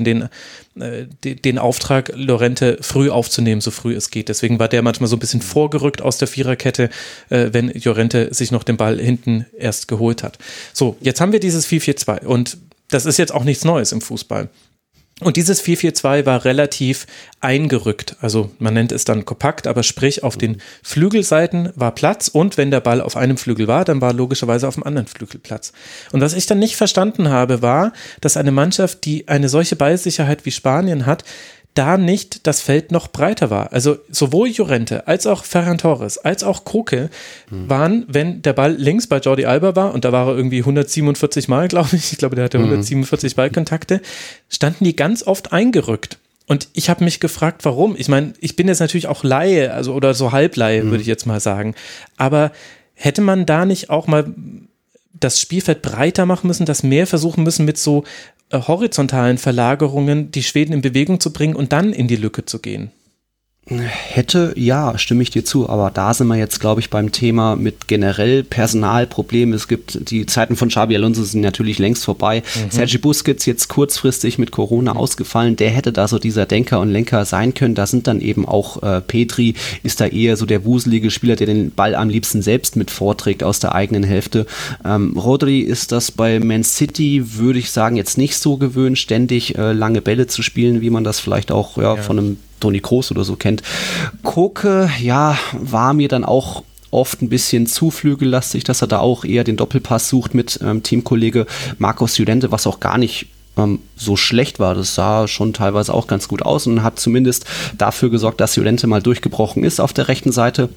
Speaker 1: den Auftrag, Llorente früh aufzunehmen, so früh es geht. Deswegen war der manchmal so ein bisschen vorgerückt aus der Viererkette, wenn Llorente sich noch den Ball hinten erst geholt hat. So, jetzt haben wir dieses 4-4-2 und das ist jetzt auch nichts Neues im Fußball. Und dieses 4-4-2 war relativ eingerückt, also man nennt es dann kompakt, aber sprich auf den Flügelseiten war Platz und wenn der Ball auf einem Flügel war, dann war logischerweise auf dem anderen Flügel Platz. Und was ich dann nicht verstanden habe, war, dass eine Mannschaft, die eine solche Ballsicherheit wie Spanien hat, da nicht das Feld noch breiter war. Also sowohl Llorente als auch Ferran Torres als auch Koke waren, wenn der Ball links bei Jordi Alba war und da war er irgendwie 147 Mal, glaube ich. Ich glaube, der hatte 147 Ballkontakte, standen die ganz oft eingerückt. Und ich habe mich gefragt, warum. Ich meine, ich bin jetzt natürlich auch Laie, also oder so Halblaie, würde ich jetzt mal sagen. Aber hätte man da nicht auch mal das Spielfeld breiter machen müssen, das mehr versuchen müssen mit so horizontalen Verlagerungen, die Schweden in Bewegung zu bringen und dann in die Lücke zu gehen?
Speaker 2: Hätte, ja, stimme ich dir zu, aber da sind wir jetzt, glaube ich, beim Thema mit generell Personalproblemen. Es gibt, die Zeiten von Xabi Alonso sind natürlich längst vorbei. Sergi Busquets jetzt kurzfristig mit Corona ausgefallen, der hätte da so dieser Denker und Lenker sein können. Da sind dann eben auch Pedri ist da eher so der wuselige Spieler, der den Ball am liebsten selbst mit vorträgt aus der eigenen Hälfte. Rodri ist das bei Man City, würde ich sagen, jetzt nicht so gewöhnt, ständig lange Bälle zu spielen, wie man das vielleicht auch von einem Toni Kroos oder so kennt. Koke, war mir dann auch oft ein bisschen zu flügellastig, dass er da auch eher den Doppelpass sucht mit Teamkollege Marcos Llorente, was auch gar nicht so schlecht war. Das sah schon teilweise auch ganz gut aus und hat zumindest dafür gesorgt, dass Llorente mal durchgebrochen ist auf der rechten Seite.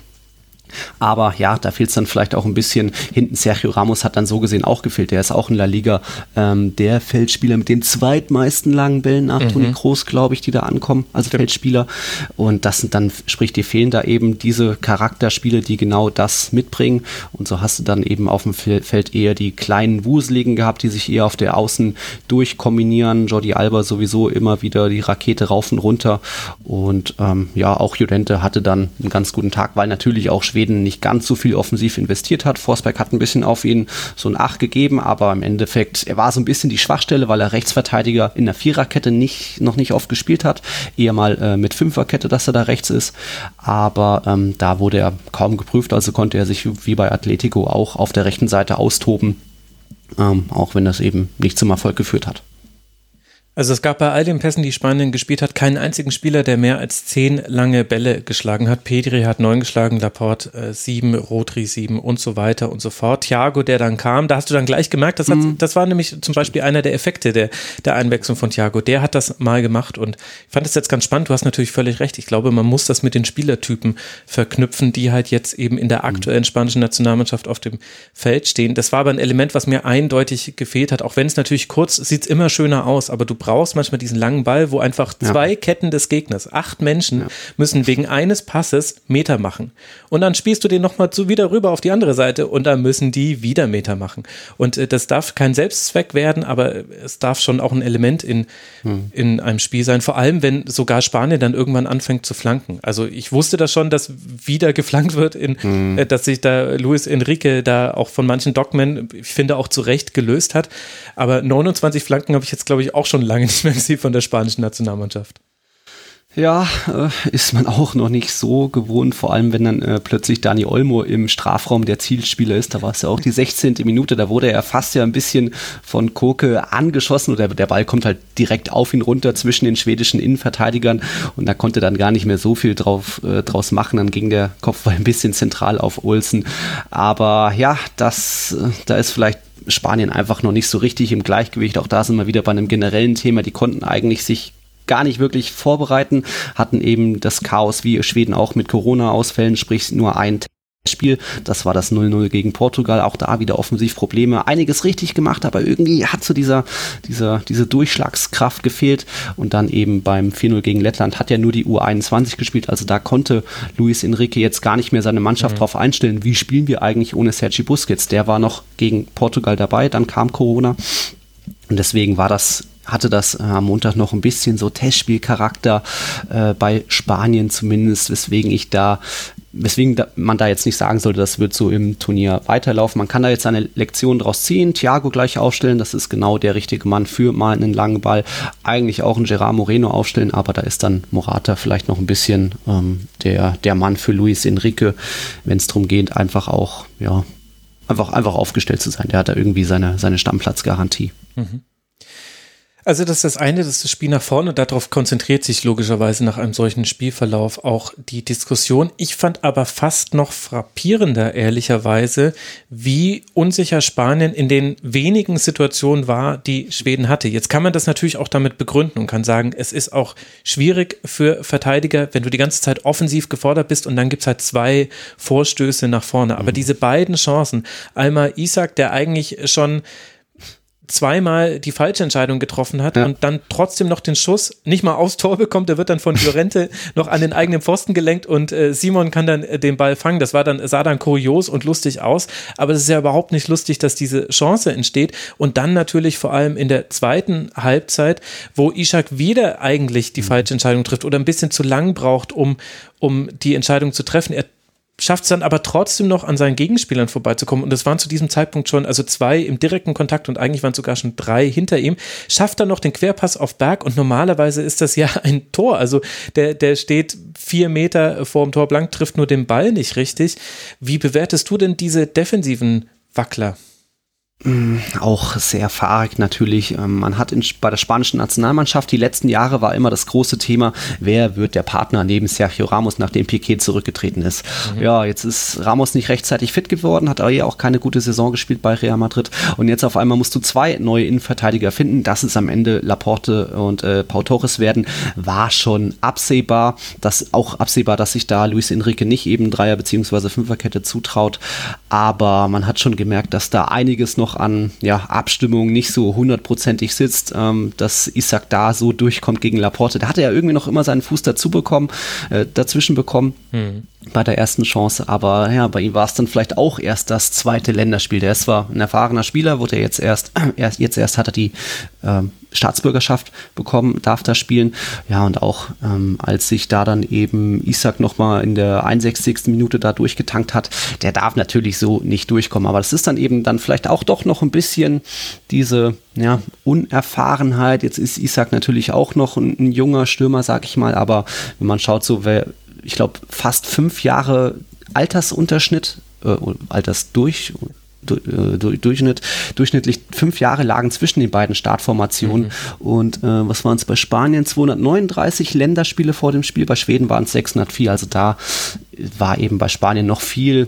Speaker 2: Aber ja, da fehlt es dann vielleicht auch ein bisschen. Hinten Sergio Ramos hat dann so gesehen auch gefehlt. Der ist auch in La Liga der Feldspieler mit den zweitmeisten langen Bällen nach Toni Kroos, glaube ich, die da ankommen als Feldspieler. Und das sind dann, sprich, dir fehlen da eben diese Charakterspiele, die genau das mitbringen. Und so hast du dann eben auf dem Feld eher die kleinen Wuseligen gehabt, die sich eher auf der Außen durchkombinieren. Jordi Alba sowieso immer wieder die Rakete rauf und runter. Und ja, auch Llorente hatte dann einen ganz guten Tag, weil natürlich auch Schweden nicht ganz so viel offensiv investiert hat. Forsberg hat ein bisschen auf ihn so ein 8 gegeben, aber im Endeffekt, er war so ein bisschen die Schwachstelle, weil er Rechtsverteidiger in der Viererkette noch nicht oft gespielt hat. Eher mal mit Fünferkette, dass er da rechts ist. Aber da wurde er kaum geprüft, also konnte er sich wie bei Atletico auch auf der rechten Seite austoben, auch wenn das eben nicht zum Erfolg geführt hat.
Speaker 1: Also es gab bei all den Pässen, die Spanien gespielt hat, keinen einzigen Spieler, der mehr als 10 lange Bälle geschlagen hat. Pedri hat 9 geschlagen, Laporte 7, Rodri 7 und so weiter und so fort. Thiago, der dann kam, da hast du dann gleich gemerkt, das war nämlich zum Beispiel einer der Effekte der Einwechslung von Thiago. Der hat das mal gemacht und ich fand das jetzt ganz spannend. Du hast natürlich völlig recht. Ich glaube, man muss das mit den Spielertypen verknüpfen, die halt jetzt eben in der aktuellen spanischen Nationalmannschaft auf dem Feld stehen. Das war aber ein Element, was mir eindeutig gefehlt hat. Auch wenn es natürlich kurz, sieht es immer schöner aus, aber du brauchst manchmal diesen langen Ball, wo einfach 2 Ketten des Gegners, 8 Menschen müssen wegen eines Passes Meter machen. Und dann spielst du den nochmal wieder rüber auf die andere Seite und dann müssen die wieder Meter machen. Und das darf kein Selbstzweck werden, aber es darf schon auch ein Element in einem Spiel sein. Vor allem, wenn sogar Spanien dann irgendwann anfängt zu flanken. Also ich wusste das schon, dass wieder geflankt wird, dass sich da Luis Enrique da auch von manchen Dogmen, ich finde auch zu Recht gelöst hat. Aber 29 Flanken habe ich jetzt, glaube ich, auch schon lange nicht mehr gesehen von der spanischen Nationalmannschaft.
Speaker 2: Ja, ist man auch noch nicht so gewohnt, vor allem wenn dann plötzlich Dani Olmo im Strafraum der Zielspieler ist. Da war es ja auch die 16. Minute, da wurde er fast ja ein bisschen von Koke angeschossen oder der Ball kommt halt direkt auf ihn runter zwischen den schwedischen Innenverteidigern und da konnte dann gar nicht mehr so viel draus machen. Dann ging der Kopfball ein bisschen zentral auf Olsen. Aber ja, da ist vielleicht Spanien einfach noch nicht so richtig im Gleichgewicht. Auch da sind wir wieder bei einem generellen Thema. Die konnten eigentlich sich gar nicht wirklich vorbereiten, hatten eben das Chaos wie Schweden auch mit Corona-Ausfällen, sprich nur ein Spiel. Das war das 0-0 gegen Portugal. Auch da wieder offensiv Probleme. Einiges richtig gemacht, aber irgendwie hat so diese Durchschlagskraft gefehlt. Und dann eben beim 4-0 gegen Lettland hat ja nur die U21 gespielt. Also da konnte Luis Enrique jetzt gar nicht mehr seine Mannschaft drauf einstellen. Wie spielen wir eigentlich ohne Sergi Busquets? Der war noch gegen Portugal dabei. Dann kam Corona. Und deswegen hatte das am Montag noch ein bisschen so Testspielcharakter bei Spanien zumindest, weswegen man da jetzt nicht sagen sollte, das wird so im Turnier weiterlaufen. Man kann da jetzt eine Lektion draus ziehen, Thiago gleich aufstellen, das ist genau der richtige Mann für mal einen langen Ball. Eigentlich auch einen Gerard Moreno aufstellen, aber da ist dann Morata vielleicht noch ein bisschen der Mann für Luis Enrique, wenn es darum geht, einfach auch, ja, einfach aufgestellt zu sein. Der hat da irgendwie seine Stammplatzgarantie. Mhm.
Speaker 1: Also das ist das eine, das ist das Spiel nach vorne, darauf konzentriert sich logischerweise nach einem solchen Spielverlauf auch die Diskussion. Ich fand aber fast noch frappierender, ehrlicherweise, wie unsicher Spanien in den wenigen Situationen war, die Schweden hatte. Jetzt kann man das natürlich auch damit begründen und kann sagen, es ist auch schwierig für Verteidiger, wenn du die ganze Zeit offensiv gefordert bist und dann gibt es halt 2 Vorstöße nach vorne. Aber diese beiden Chancen, einmal Isak, der eigentlich schon zweimal die falsche Entscheidung getroffen hat und dann trotzdem noch den Schuss nicht mal aufs Tor bekommt, der wird dann von Llorente noch an den eigenen Pfosten gelenkt und Simon kann dann den Ball fangen. Das sah dann kurios und lustig aus, aber es ist ja überhaupt nicht lustig, dass diese Chance entsteht und dann natürlich vor allem in der zweiten Halbzeit, wo Isak wieder eigentlich die falsche Entscheidung trifft oder ein bisschen zu lang braucht, um die Entscheidung zu treffen. Er schafft es dann aber trotzdem noch an seinen Gegenspielern vorbeizukommen und es waren zu diesem Zeitpunkt schon, also 2 im direkten Kontakt und eigentlich waren es sogar schon 3 hinter ihm, schafft dann noch den Querpass auf Berg und normalerweise ist das ja ein Tor, also der steht 4 Meter vor dem Tor blank, trifft nur den Ball nicht richtig. Wie bewertest du denn diese defensiven Wackler?
Speaker 2: Auch sehr fahrig natürlich. Man hat bei der spanischen Nationalmannschaft die letzten Jahre war immer das große Thema, wer wird der Partner neben Sergio Ramos, nachdem Piqué zurückgetreten ist. Ja, jetzt ist Ramos nicht rechtzeitig fit geworden, hat aber auch keine gute Saison gespielt bei Real Madrid und jetzt auf einmal musst du 2 neue Innenverteidiger finden. Dass es am Ende Laporte und Pau Torres werden, war schon absehbar. Dass sich da Luis Enrique nicht eben Dreier- bzw. Fünferkette zutraut, aber man hat schon gemerkt, dass da einiges noch an Abstimmung nicht so hundertprozentig sitzt, dass Isaac da so durchkommt gegen Laporte. Da hatte er irgendwie noch immer seinen Fuß dazwischen bekommen bei der ersten Chance, aber ja, bei ihm war es dann vielleicht auch erst das zweite Länderspiel. Der ist zwar ein erfahrener Spieler, wurde er jetzt erst hat er die Staatsbürgerschaft bekommen, darf da spielen. Ja, und auch als sich da dann eben Isaac nochmal in der 61. Minute da durchgetankt hat, der darf natürlich so nicht durchkommen. Aber das ist dann eben dann vielleicht auch doch noch ein bisschen diese Unerfahrenheit. Jetzt ist Isaac natürlich auch noch ein junger Stürmer, sag ich mal, aber wenn man schaut, ich glaube, fast 5 Jahre Altersunterschnitt, durchschnittlich 5 Jahre lagen zwischen den beiden Startformationen. Und was waren es bei Spanien? 239 Länderspiele vor dem Spiel, bei Schweden waren es 604. Also da war eben bei Spanien noch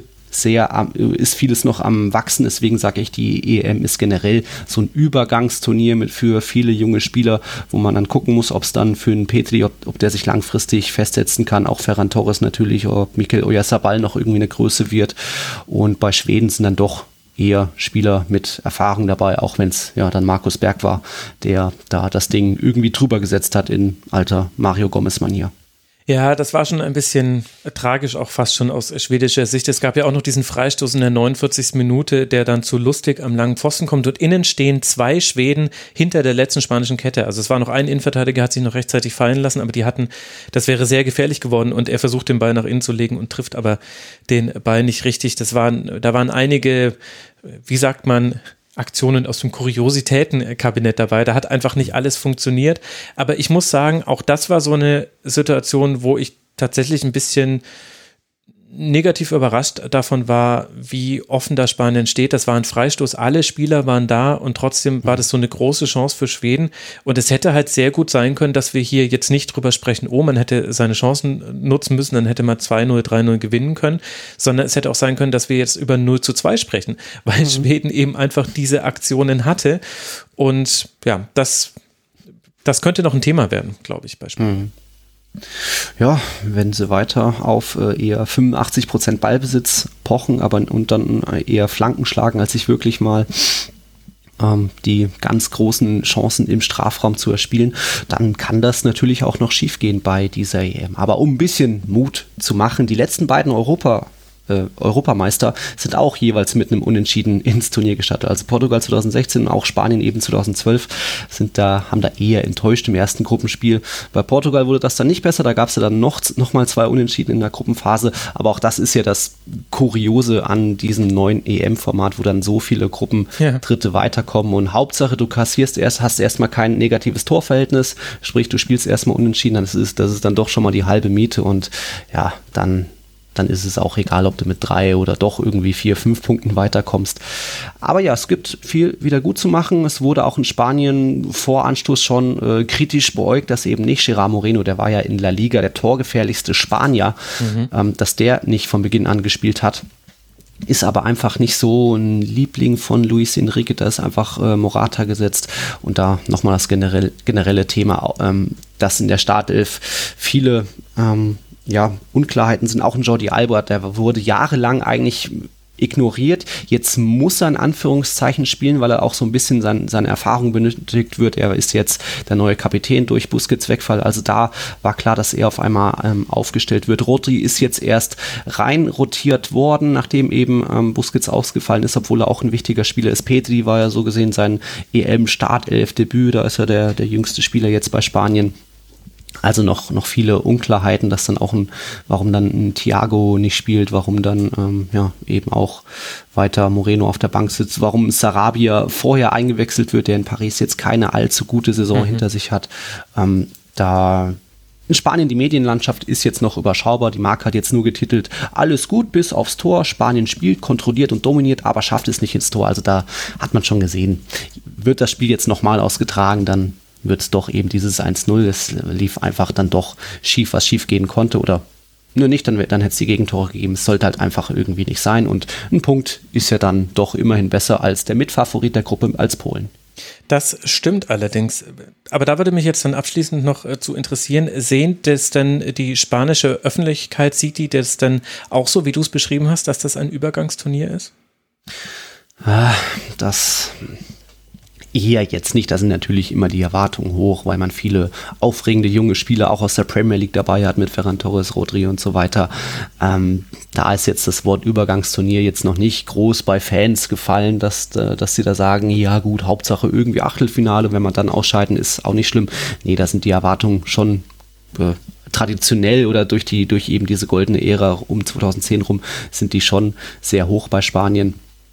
Speaker 2: ist vieles noch am Wachsen, deswegen sage ich, die EM ist generell so ein Übergangsturnier für viele junge Spieler, wo man dann gucken muss, ob es dann für einen Petri, ob der sich langfristig festsetzen kann, auch Ferran Torres natürlich, ob Mikel Oyarzabal noch irgendwie eine Größe wird, und bei Schweden sind dann doch eher Spieler mit Erfahrung dabei, auch wenn es dann Markus Berg war, der da das Ding irgendwie drüber gesetzt hat in alter Mario Gomez-Manier.
Speaker 1: Ja, das war schon ein bisschen tragisch, auch fast schon aus schwedischer Sicht. Es gab ja auch noch diesen Freistoß in der 49. Minute, der dann zu Lustig am langen Pfosten kommt. Und innen stehen 2 Schweden hinter der letzten spanischen Kette. Also es war noch ein Innenverteidiger, hat sich noch rechtzeitig fallen lassen, aber das wäre sehr gefährlich geworden, und er versucht den Ball nach innen zu legen und trifft aber den Ball nicht richtig. Da waren einige, wie sagt man, Aktionen aus dem Kuriositätenkabinett dabei. Da hat einfach nicht alles funktioniert. Aber ich muss sagen, auch das war so eine Situation, wo ich tatsächlich ein bisschen negativ überrascht davon war, wie offen da Spanien steht. Das war ein Freistoß, alle Spieler waren da und trotzdem war das so eine große Chance für Schweden. Und es hätte halt sehr gut sein können, dass wir hier jetzt nicht drüber sprechen, man hätte seine Chancen nutzen müssen, dann hätte man 2-0, 3-0 gewinnen können, sondern es hätte auch sein können, dass wir jetzt über 0-2 sprechen, weil Schweden eben einfach diese Aktionen hatte. Und ja, das könnte noch ein Thema werden, glaube ich, bei Spanien.
Speaker 2: Ja, wenn sie weiter auf eher 85% Ballbesitz pochen, und dann eher Flanken schlagen, als sich wirklich mal die ganz großen Chancen im Strafraum zu erspielen, dann kann das natürlich auch noch schiefgehen bei dieser EM. Aber um ein bisschen Mut zu machen, die letzten beiden Europameister sind auch jeweils mit einem Unentschieden ins Turnier gestartet. Also Portugal 2016 und auch Spanien eben 2012 haben da eher enttäuscht im ersten Gruppenspiel. Bei Portugal wurde das dann nicht besser, da gab es ja dann noch mal 2 Unentschieden in der Gruppenphase, aber auch das ist ja das Kuriose an diesem neuen EM-Format, wo dann so viele Gruppendritte weiterkommen, und Hauptsache du hast erstmal kein negatives Torverhältnis, sprich du spielst erstmal unentschieden, das ist dann doch schon mal die halbe Miete, und ja, dann ist es auch egal, ob du mit 3 oder doch irgendwie 4, 5 Punkten weiterkommst. Aber ja, es gibt viel wieder gut zu machen. Es wurde auch in Spanien vor Anstoß schon kritisch beäugt, dass eben nicht Gerard Moreno, der war ja in La Liga der torgefährlichste Spanier, dass der nicht von Beginn an gespielt hat. Ist aber einfach nicht so ein Liebling von Luis Enrique, da ist einfach Morata gesetzt, und da nochmal das generelle Thema, dass in der Startelf viele Unklarheiten sind. Auch ein Jordi Alba, der wurde jahrelang eigentlich ignoriert. Jetzt muss er in Anführungszeichen spielen, weil er auch so ein bisschen seine Erfahrung benötigt wird. Er ist jetzt der neue Kapitän durch Busquets Wegfall. Also da war klar, dass er auf einmal aufgestellt wird. Rodri ist jetzt erst rein rotiert worden, nachdem eben Busquets ausgefallen ist, obwohl er auch ein wichtiger Spieler ist. Petri war ja so gesehen sein EM-Startelf-Debüt. Da ist er der jüngste Spieler jetzt bei Spanien. Also noch viele Unklarheiten, dass dann auch warum dann ein Thiago nicht spielt, warum dann eben auch weiter Moreno auf der Bank sitzt, warum Sarabia vorher eingewechselt wird, der in Paris jetzt keine allzu gute Saison hinter sich hat. Da in Spanien, die Medienlandschaft ist jetzt noch überschaubar. Die Marca hat jetzt nur getitelt, alles gut bis aufs Tor. Spanien spielt, kontrolliert und dominiert, aber schafft es nicht ins Tor. Also da hat man schon gesehen, wird das Spiel jetzt nochmal ausgetragen, dann wird es doch eben dieses 1-0. Es lief einfach dann doch schief, was schief gehen konnte. Oder nur nicht, dann hätte es die Gegentore gegeben. Es sollte halt einfach irgendwie nicht sein. Und ein Punkt ist ja dann doch immerhin besser als der Mitfavorit der Gruppe als Polen.
Speaker 1: Das stimmt allerdings. Aber da würde mich jetzt dann abschließend noch zu interessieren, sehen das denn die spanische Öffentlichkeit, sieht die das denn auch so, wie du es beschrieben hast, dass das ein Übergangsturnier ist?
Speaker 2: Das eher jetzt nicht, da sind natürlich immer die Erwartungen hoch, weil man viele aufregende junge Spieler auch aus der Premier League dabei hat mit Ferran Torres, Rodri und so weiter. Da ist jetzt das Wort Übergangsturnier jetzt noch nicht groß bei Fans gefallen, dass sie da sagen, ja gut, Hauptsache irgendwie Achtelfinale, wenn man dann ausscheiden, ist auch nicht schlimm. Nee, da sind die Erwartungen schon traditionell oder durch eben diese goldene Ära um 2010 rum sind die schon sehr hoch bei Spanien.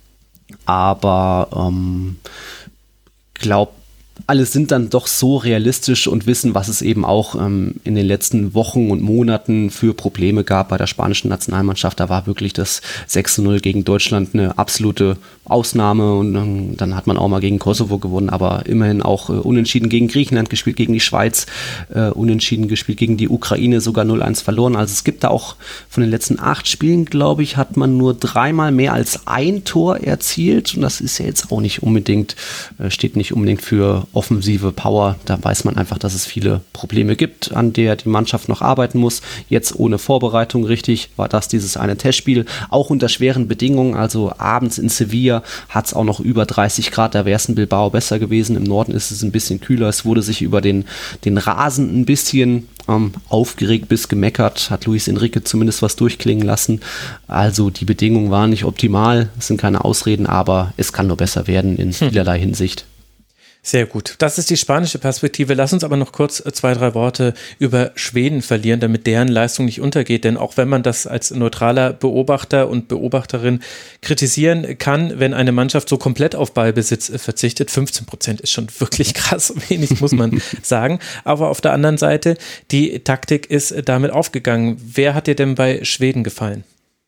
Speaker 2: Aber glaube, alle sind dann doch so realistisch und wissen, was es eben auch in den letzten Wochen und Monaten für Probleme gab bei der spanischen Nationalmannschaft. Da war wirklich das 6-0 gegen Deutschland eine absolute Ausnahme und dann hat man auch mal gegen Kosovo gewonnen, aber immerhin auch unentschieden gegen Griechenland gespielt, gegen die Schweiz, unentschieden gespielt gegen die Ukraine, sogar 0-1 verloren. Also es gibt da auch von den letzten 8 Spielen, glaube ich, hat man nur 3-mal mehr als ein Tor erzielt und das ist ja jetzt auch nicht unbedingt, steht nicht unbedingt für offensive Power. Da weiß man einfach, dass es viele Probleme gibt, an der die Mannschaft noch arbeiten muss. Jetzt ohne Vorbereitung, richtig, war das dieses eine Testspiel, auch unter schweren Bedingungen, also abends in Sevilla hat es auch noch über 30 Grad, da wäre es in Bilbao besser gewesen, im Norden ist es ein bisschen kühler, es wurde sich über den Rasen ein bisschen aufgeregt bis gemeckert, hat Luis Enrique zumindest was durchklingen lassen, also die Bedingungen waren nicht optimal, es sind keine Ausreden, aber es kann nur besser werden in vielerlei Hinsicht.
Speaker 1: Sehr gut. Das ist die spanische Perspektive. Lass uns aber noch kurz 2-3 Worte über Schweden verlieren, damit deren Leistung nicht untergeht. Denn auch wenn man das als neutraler Beobachter und Beobachterin kritisieren kann, wenn eine Mannschaft so komplett auf Ballbesitz verzichtet, 15% ist schon wirklich krass wenig, muss man sagen. Aber auf der anderen Seite, die Taktik ist damit aufgegangen. Wer hat dir denn bei Schweden gefallen?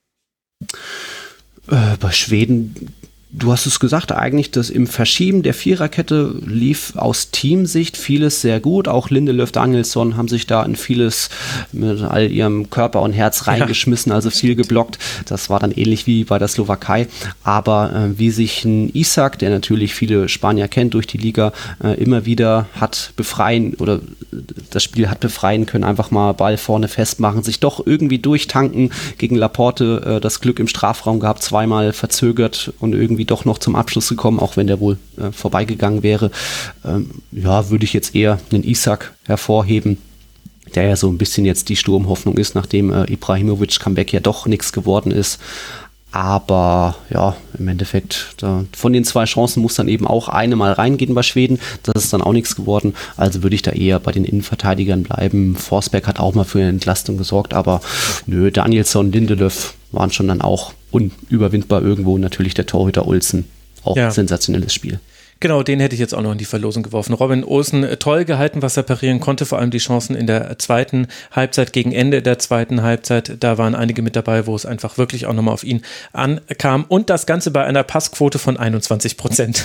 Speaker 2: Bei Schweden... Du hast es gesagt, eigentlich das im Verschieben der Viererkette lief aus Teamsicht vieles sehr gut. Auch Lindelöf, Danielsson haben sich da in vieles mit all ihrem Körper und Herz reingeschmissen, also viel geblockt. Das war dann ähnlich wie bei der Slowakei. Aber wie sich ein Isak, der natürlich viele Spanier kennt durch die Liga, immer wieder hat befreien oder das Spiel hat befreien können, einfach mal Ball vorne festmachen, sich doch irgendwie durchtanken gegen Laporte, das Glück im Strafraum gehabt, zweimal verzögert und irgendwie doch noch zum Abschluss gekommen, auch wenn der wohl vorbeigegangen wäre. Würde ich jetzt eher einen Isak hervorheben, der ja so ein bisschen jetzt die Sturmhoffnung ist, nachdem Ibrahimovic Comeback ja doch nichts geworden ist. Aber ja, im Endeffekt, von den 2 Chancen muss dann eben auch eine mal reingehen bei Schweden. Das ist dann auch nichts geworden. Also würde ich da eher bei den Innenverteidigern bleiben. Forsberg hat auch mal für eine Entlastung gesorgt, aber nö, Danielsson, Lindelöf waren schon dann auch unüberwindbar irgendwo. Natürlich der Torhüter Olsen, auch sensationelles Spiel.
Speaker 1: Genau, den hätte ich jetzt auch noch in die Verlosung geworfen. Robin Olsen toll gehalten, was er parieren konnte, vor allem die Chancen in der zweiten Halbzeit, gegen Ende der zweiten Halbzeit, da waren einige mit dabei, wo es einfach wirklich auch nochmal auf ihn ankam und das Ganze bei einer Passquote von 21%.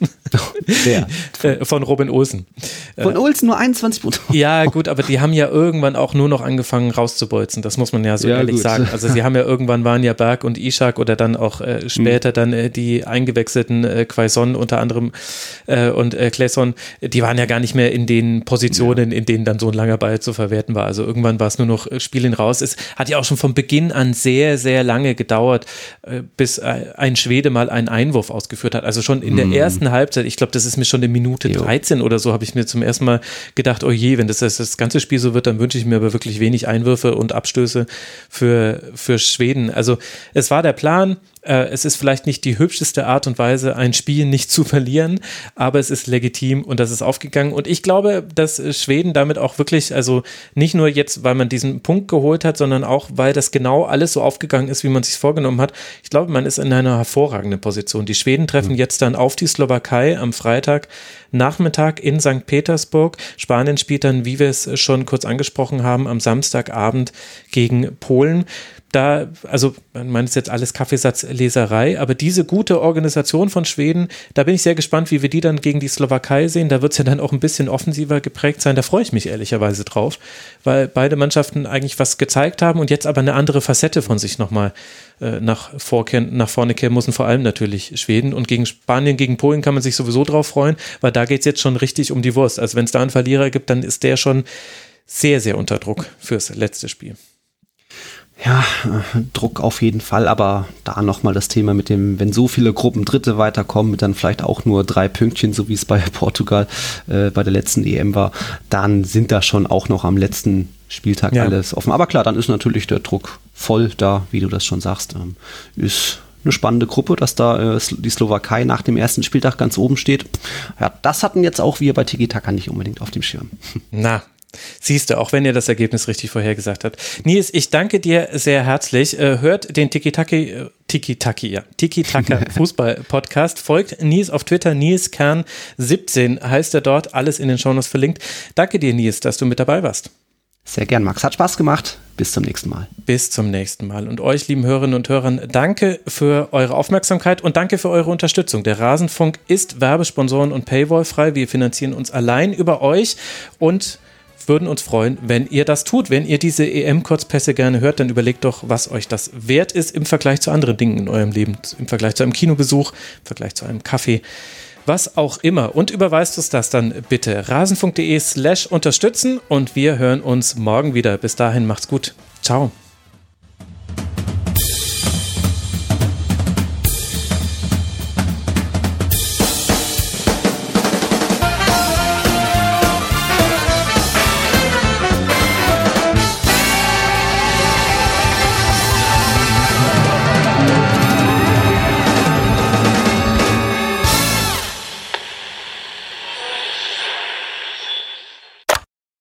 Speaker 1: Von Robin Olsen.
Speaker 2: Von Olsen nur 21%?
Speaker 1: Ja gut, aber die haben ja irgendwann auch nur noch angefangen rauszubolzen, das muss man ja so ehrlich sagen. Also sie haben ja irgendwann waren ja Berg und Ishak oder dann auch später dann die eingewechselten Quaison unter anderem und Claesson, die waren ja gar nicht mehr in den Positionen, in denen dann so ein langer Ball zu verwerten war. Also irgendwann war es nur noch Spielen raus. Es hat ja auch schon von Beginn an sehr, sehr lange gedauert, bis ein Schwede mal einen Einwurf ausgeführt hat. Also schon in der ersten Halbzeit, ich glaube, das ist mir schon in Minute 13 oder so, habe ich mir zum ersten Mal gedacht, oh je, wenn das ganze Spiel so wird, dann wünsche ich mir aber wirklich wenig Einwürfe und Abstöße für Schweden. Also es war der Plan, Es ist vielleicht nicht die hübscheste Art und Weise, ein Spiel nicht zu verlieren, aber es ist legitim und das ist aufgegangen. Und ich glaube, dass Schweden damit auch wirklich, also nicht nur jetzt, weil man diesen Punkt geholt hat, sondern auch, weil das genau alles so aufgegangen ist, wie man es sich vorgenommen hat. Ich glaube, man ist in einer hervorragenden Position. Die Schweden treffen jetzt dann auf die Slowakei am Freitagnachmittag in St. Petersburg. Spanien spielt dann, wie wir es schon kurz angesprochen haben, am Samstagabend gegen Polen. Da, also man meint es jetzt alles Kaffeesatzleserei, aber diese gute Organisation von Schweden, da bin ich sehr gespannt, wie wir die dann gegen die Slowakei sehen. Da wird es ja dann auch ein bisschen offensiver geprägt sein. Da freue ich mich ehrlicherweise drauf, weil beide Mannschaften eigentlich was gezeigt haben und jetzt aber eine andere Facette von sich nochmal nach vorne kehren müssen, vor allem natürlich Schweden. Und gegen Spanien, gegen Polen kann man sich sowieso drauf freuen, weil da geht es jetzt schon richtig um die Wurst. Also wenn es da einen Verlierer gibt, dann ist der schon sehr, sehr unter Druck fürs letzte Spiel.
Speaker 2: Ja, Druck auf jeden Fall, aber da nochmal das Thema mit dem, wenn so viele Gruppen Dritte weiterkommen, mit dann vielleicht auch nur 3 Pünktchen, so wie es bei Portugal bei der letzten EM war, dann sind da schon auch noch am letzten Spieltag alles offen. Aber klar, dann ist natürlich der Druck voll da, wie du das schon sagst. Ist eine spannende Gruppe, dass da die Slowakei nach dem ersten Spieltag ganz oben steht. Ja, das hatten jetzt auch wir bei Tiki Taka nicht unbedingt auf dem Schirm.
Speaker 1: Na, siehst du, auch wenn ihr das Ergebnis richtig vorhergesagt habt. Nils, ich danke dir sehr herzlich. Hört den Tiki-Taka Fußball-Podcast. Folgt Nils auf Twitter. Nils Kern 17 heißt er dort. Alles in den Shownotes verlinkt. Danke dir, Nils, dass du mit dabei warst.
Speaker 2: Sehr gern, Max. Hat Spaß gemacht. Bis zum nächsten Mal.
Speaker 1: Bis zum nächsten Mal. Und euch, lieben Hörerinnen und Hörern, danke für eure Aufmerksamkeit und danke für eure Unterstützung. Der Rasenfunk ist Werbesponsoren- und Paywall-frei. Wir finanzieren uns allein über euch und würden uns freuen, wenn ihr das tut. Wenn ihr diese EM-Kurzpässe gerne hört, dann überlegt doch, was euch das wert ist im Vergleich zu anderen Dingen in eurem Leben. Im Vergleich zu einem Kinobesuch, im Vergleich zu einem Kaffee, was auch immer. Und überweist uns das dann bitte. rasenfunk.de/unterstützen und wir hören uns morgen wieder. Bis dahin, macht's gut. Ciao.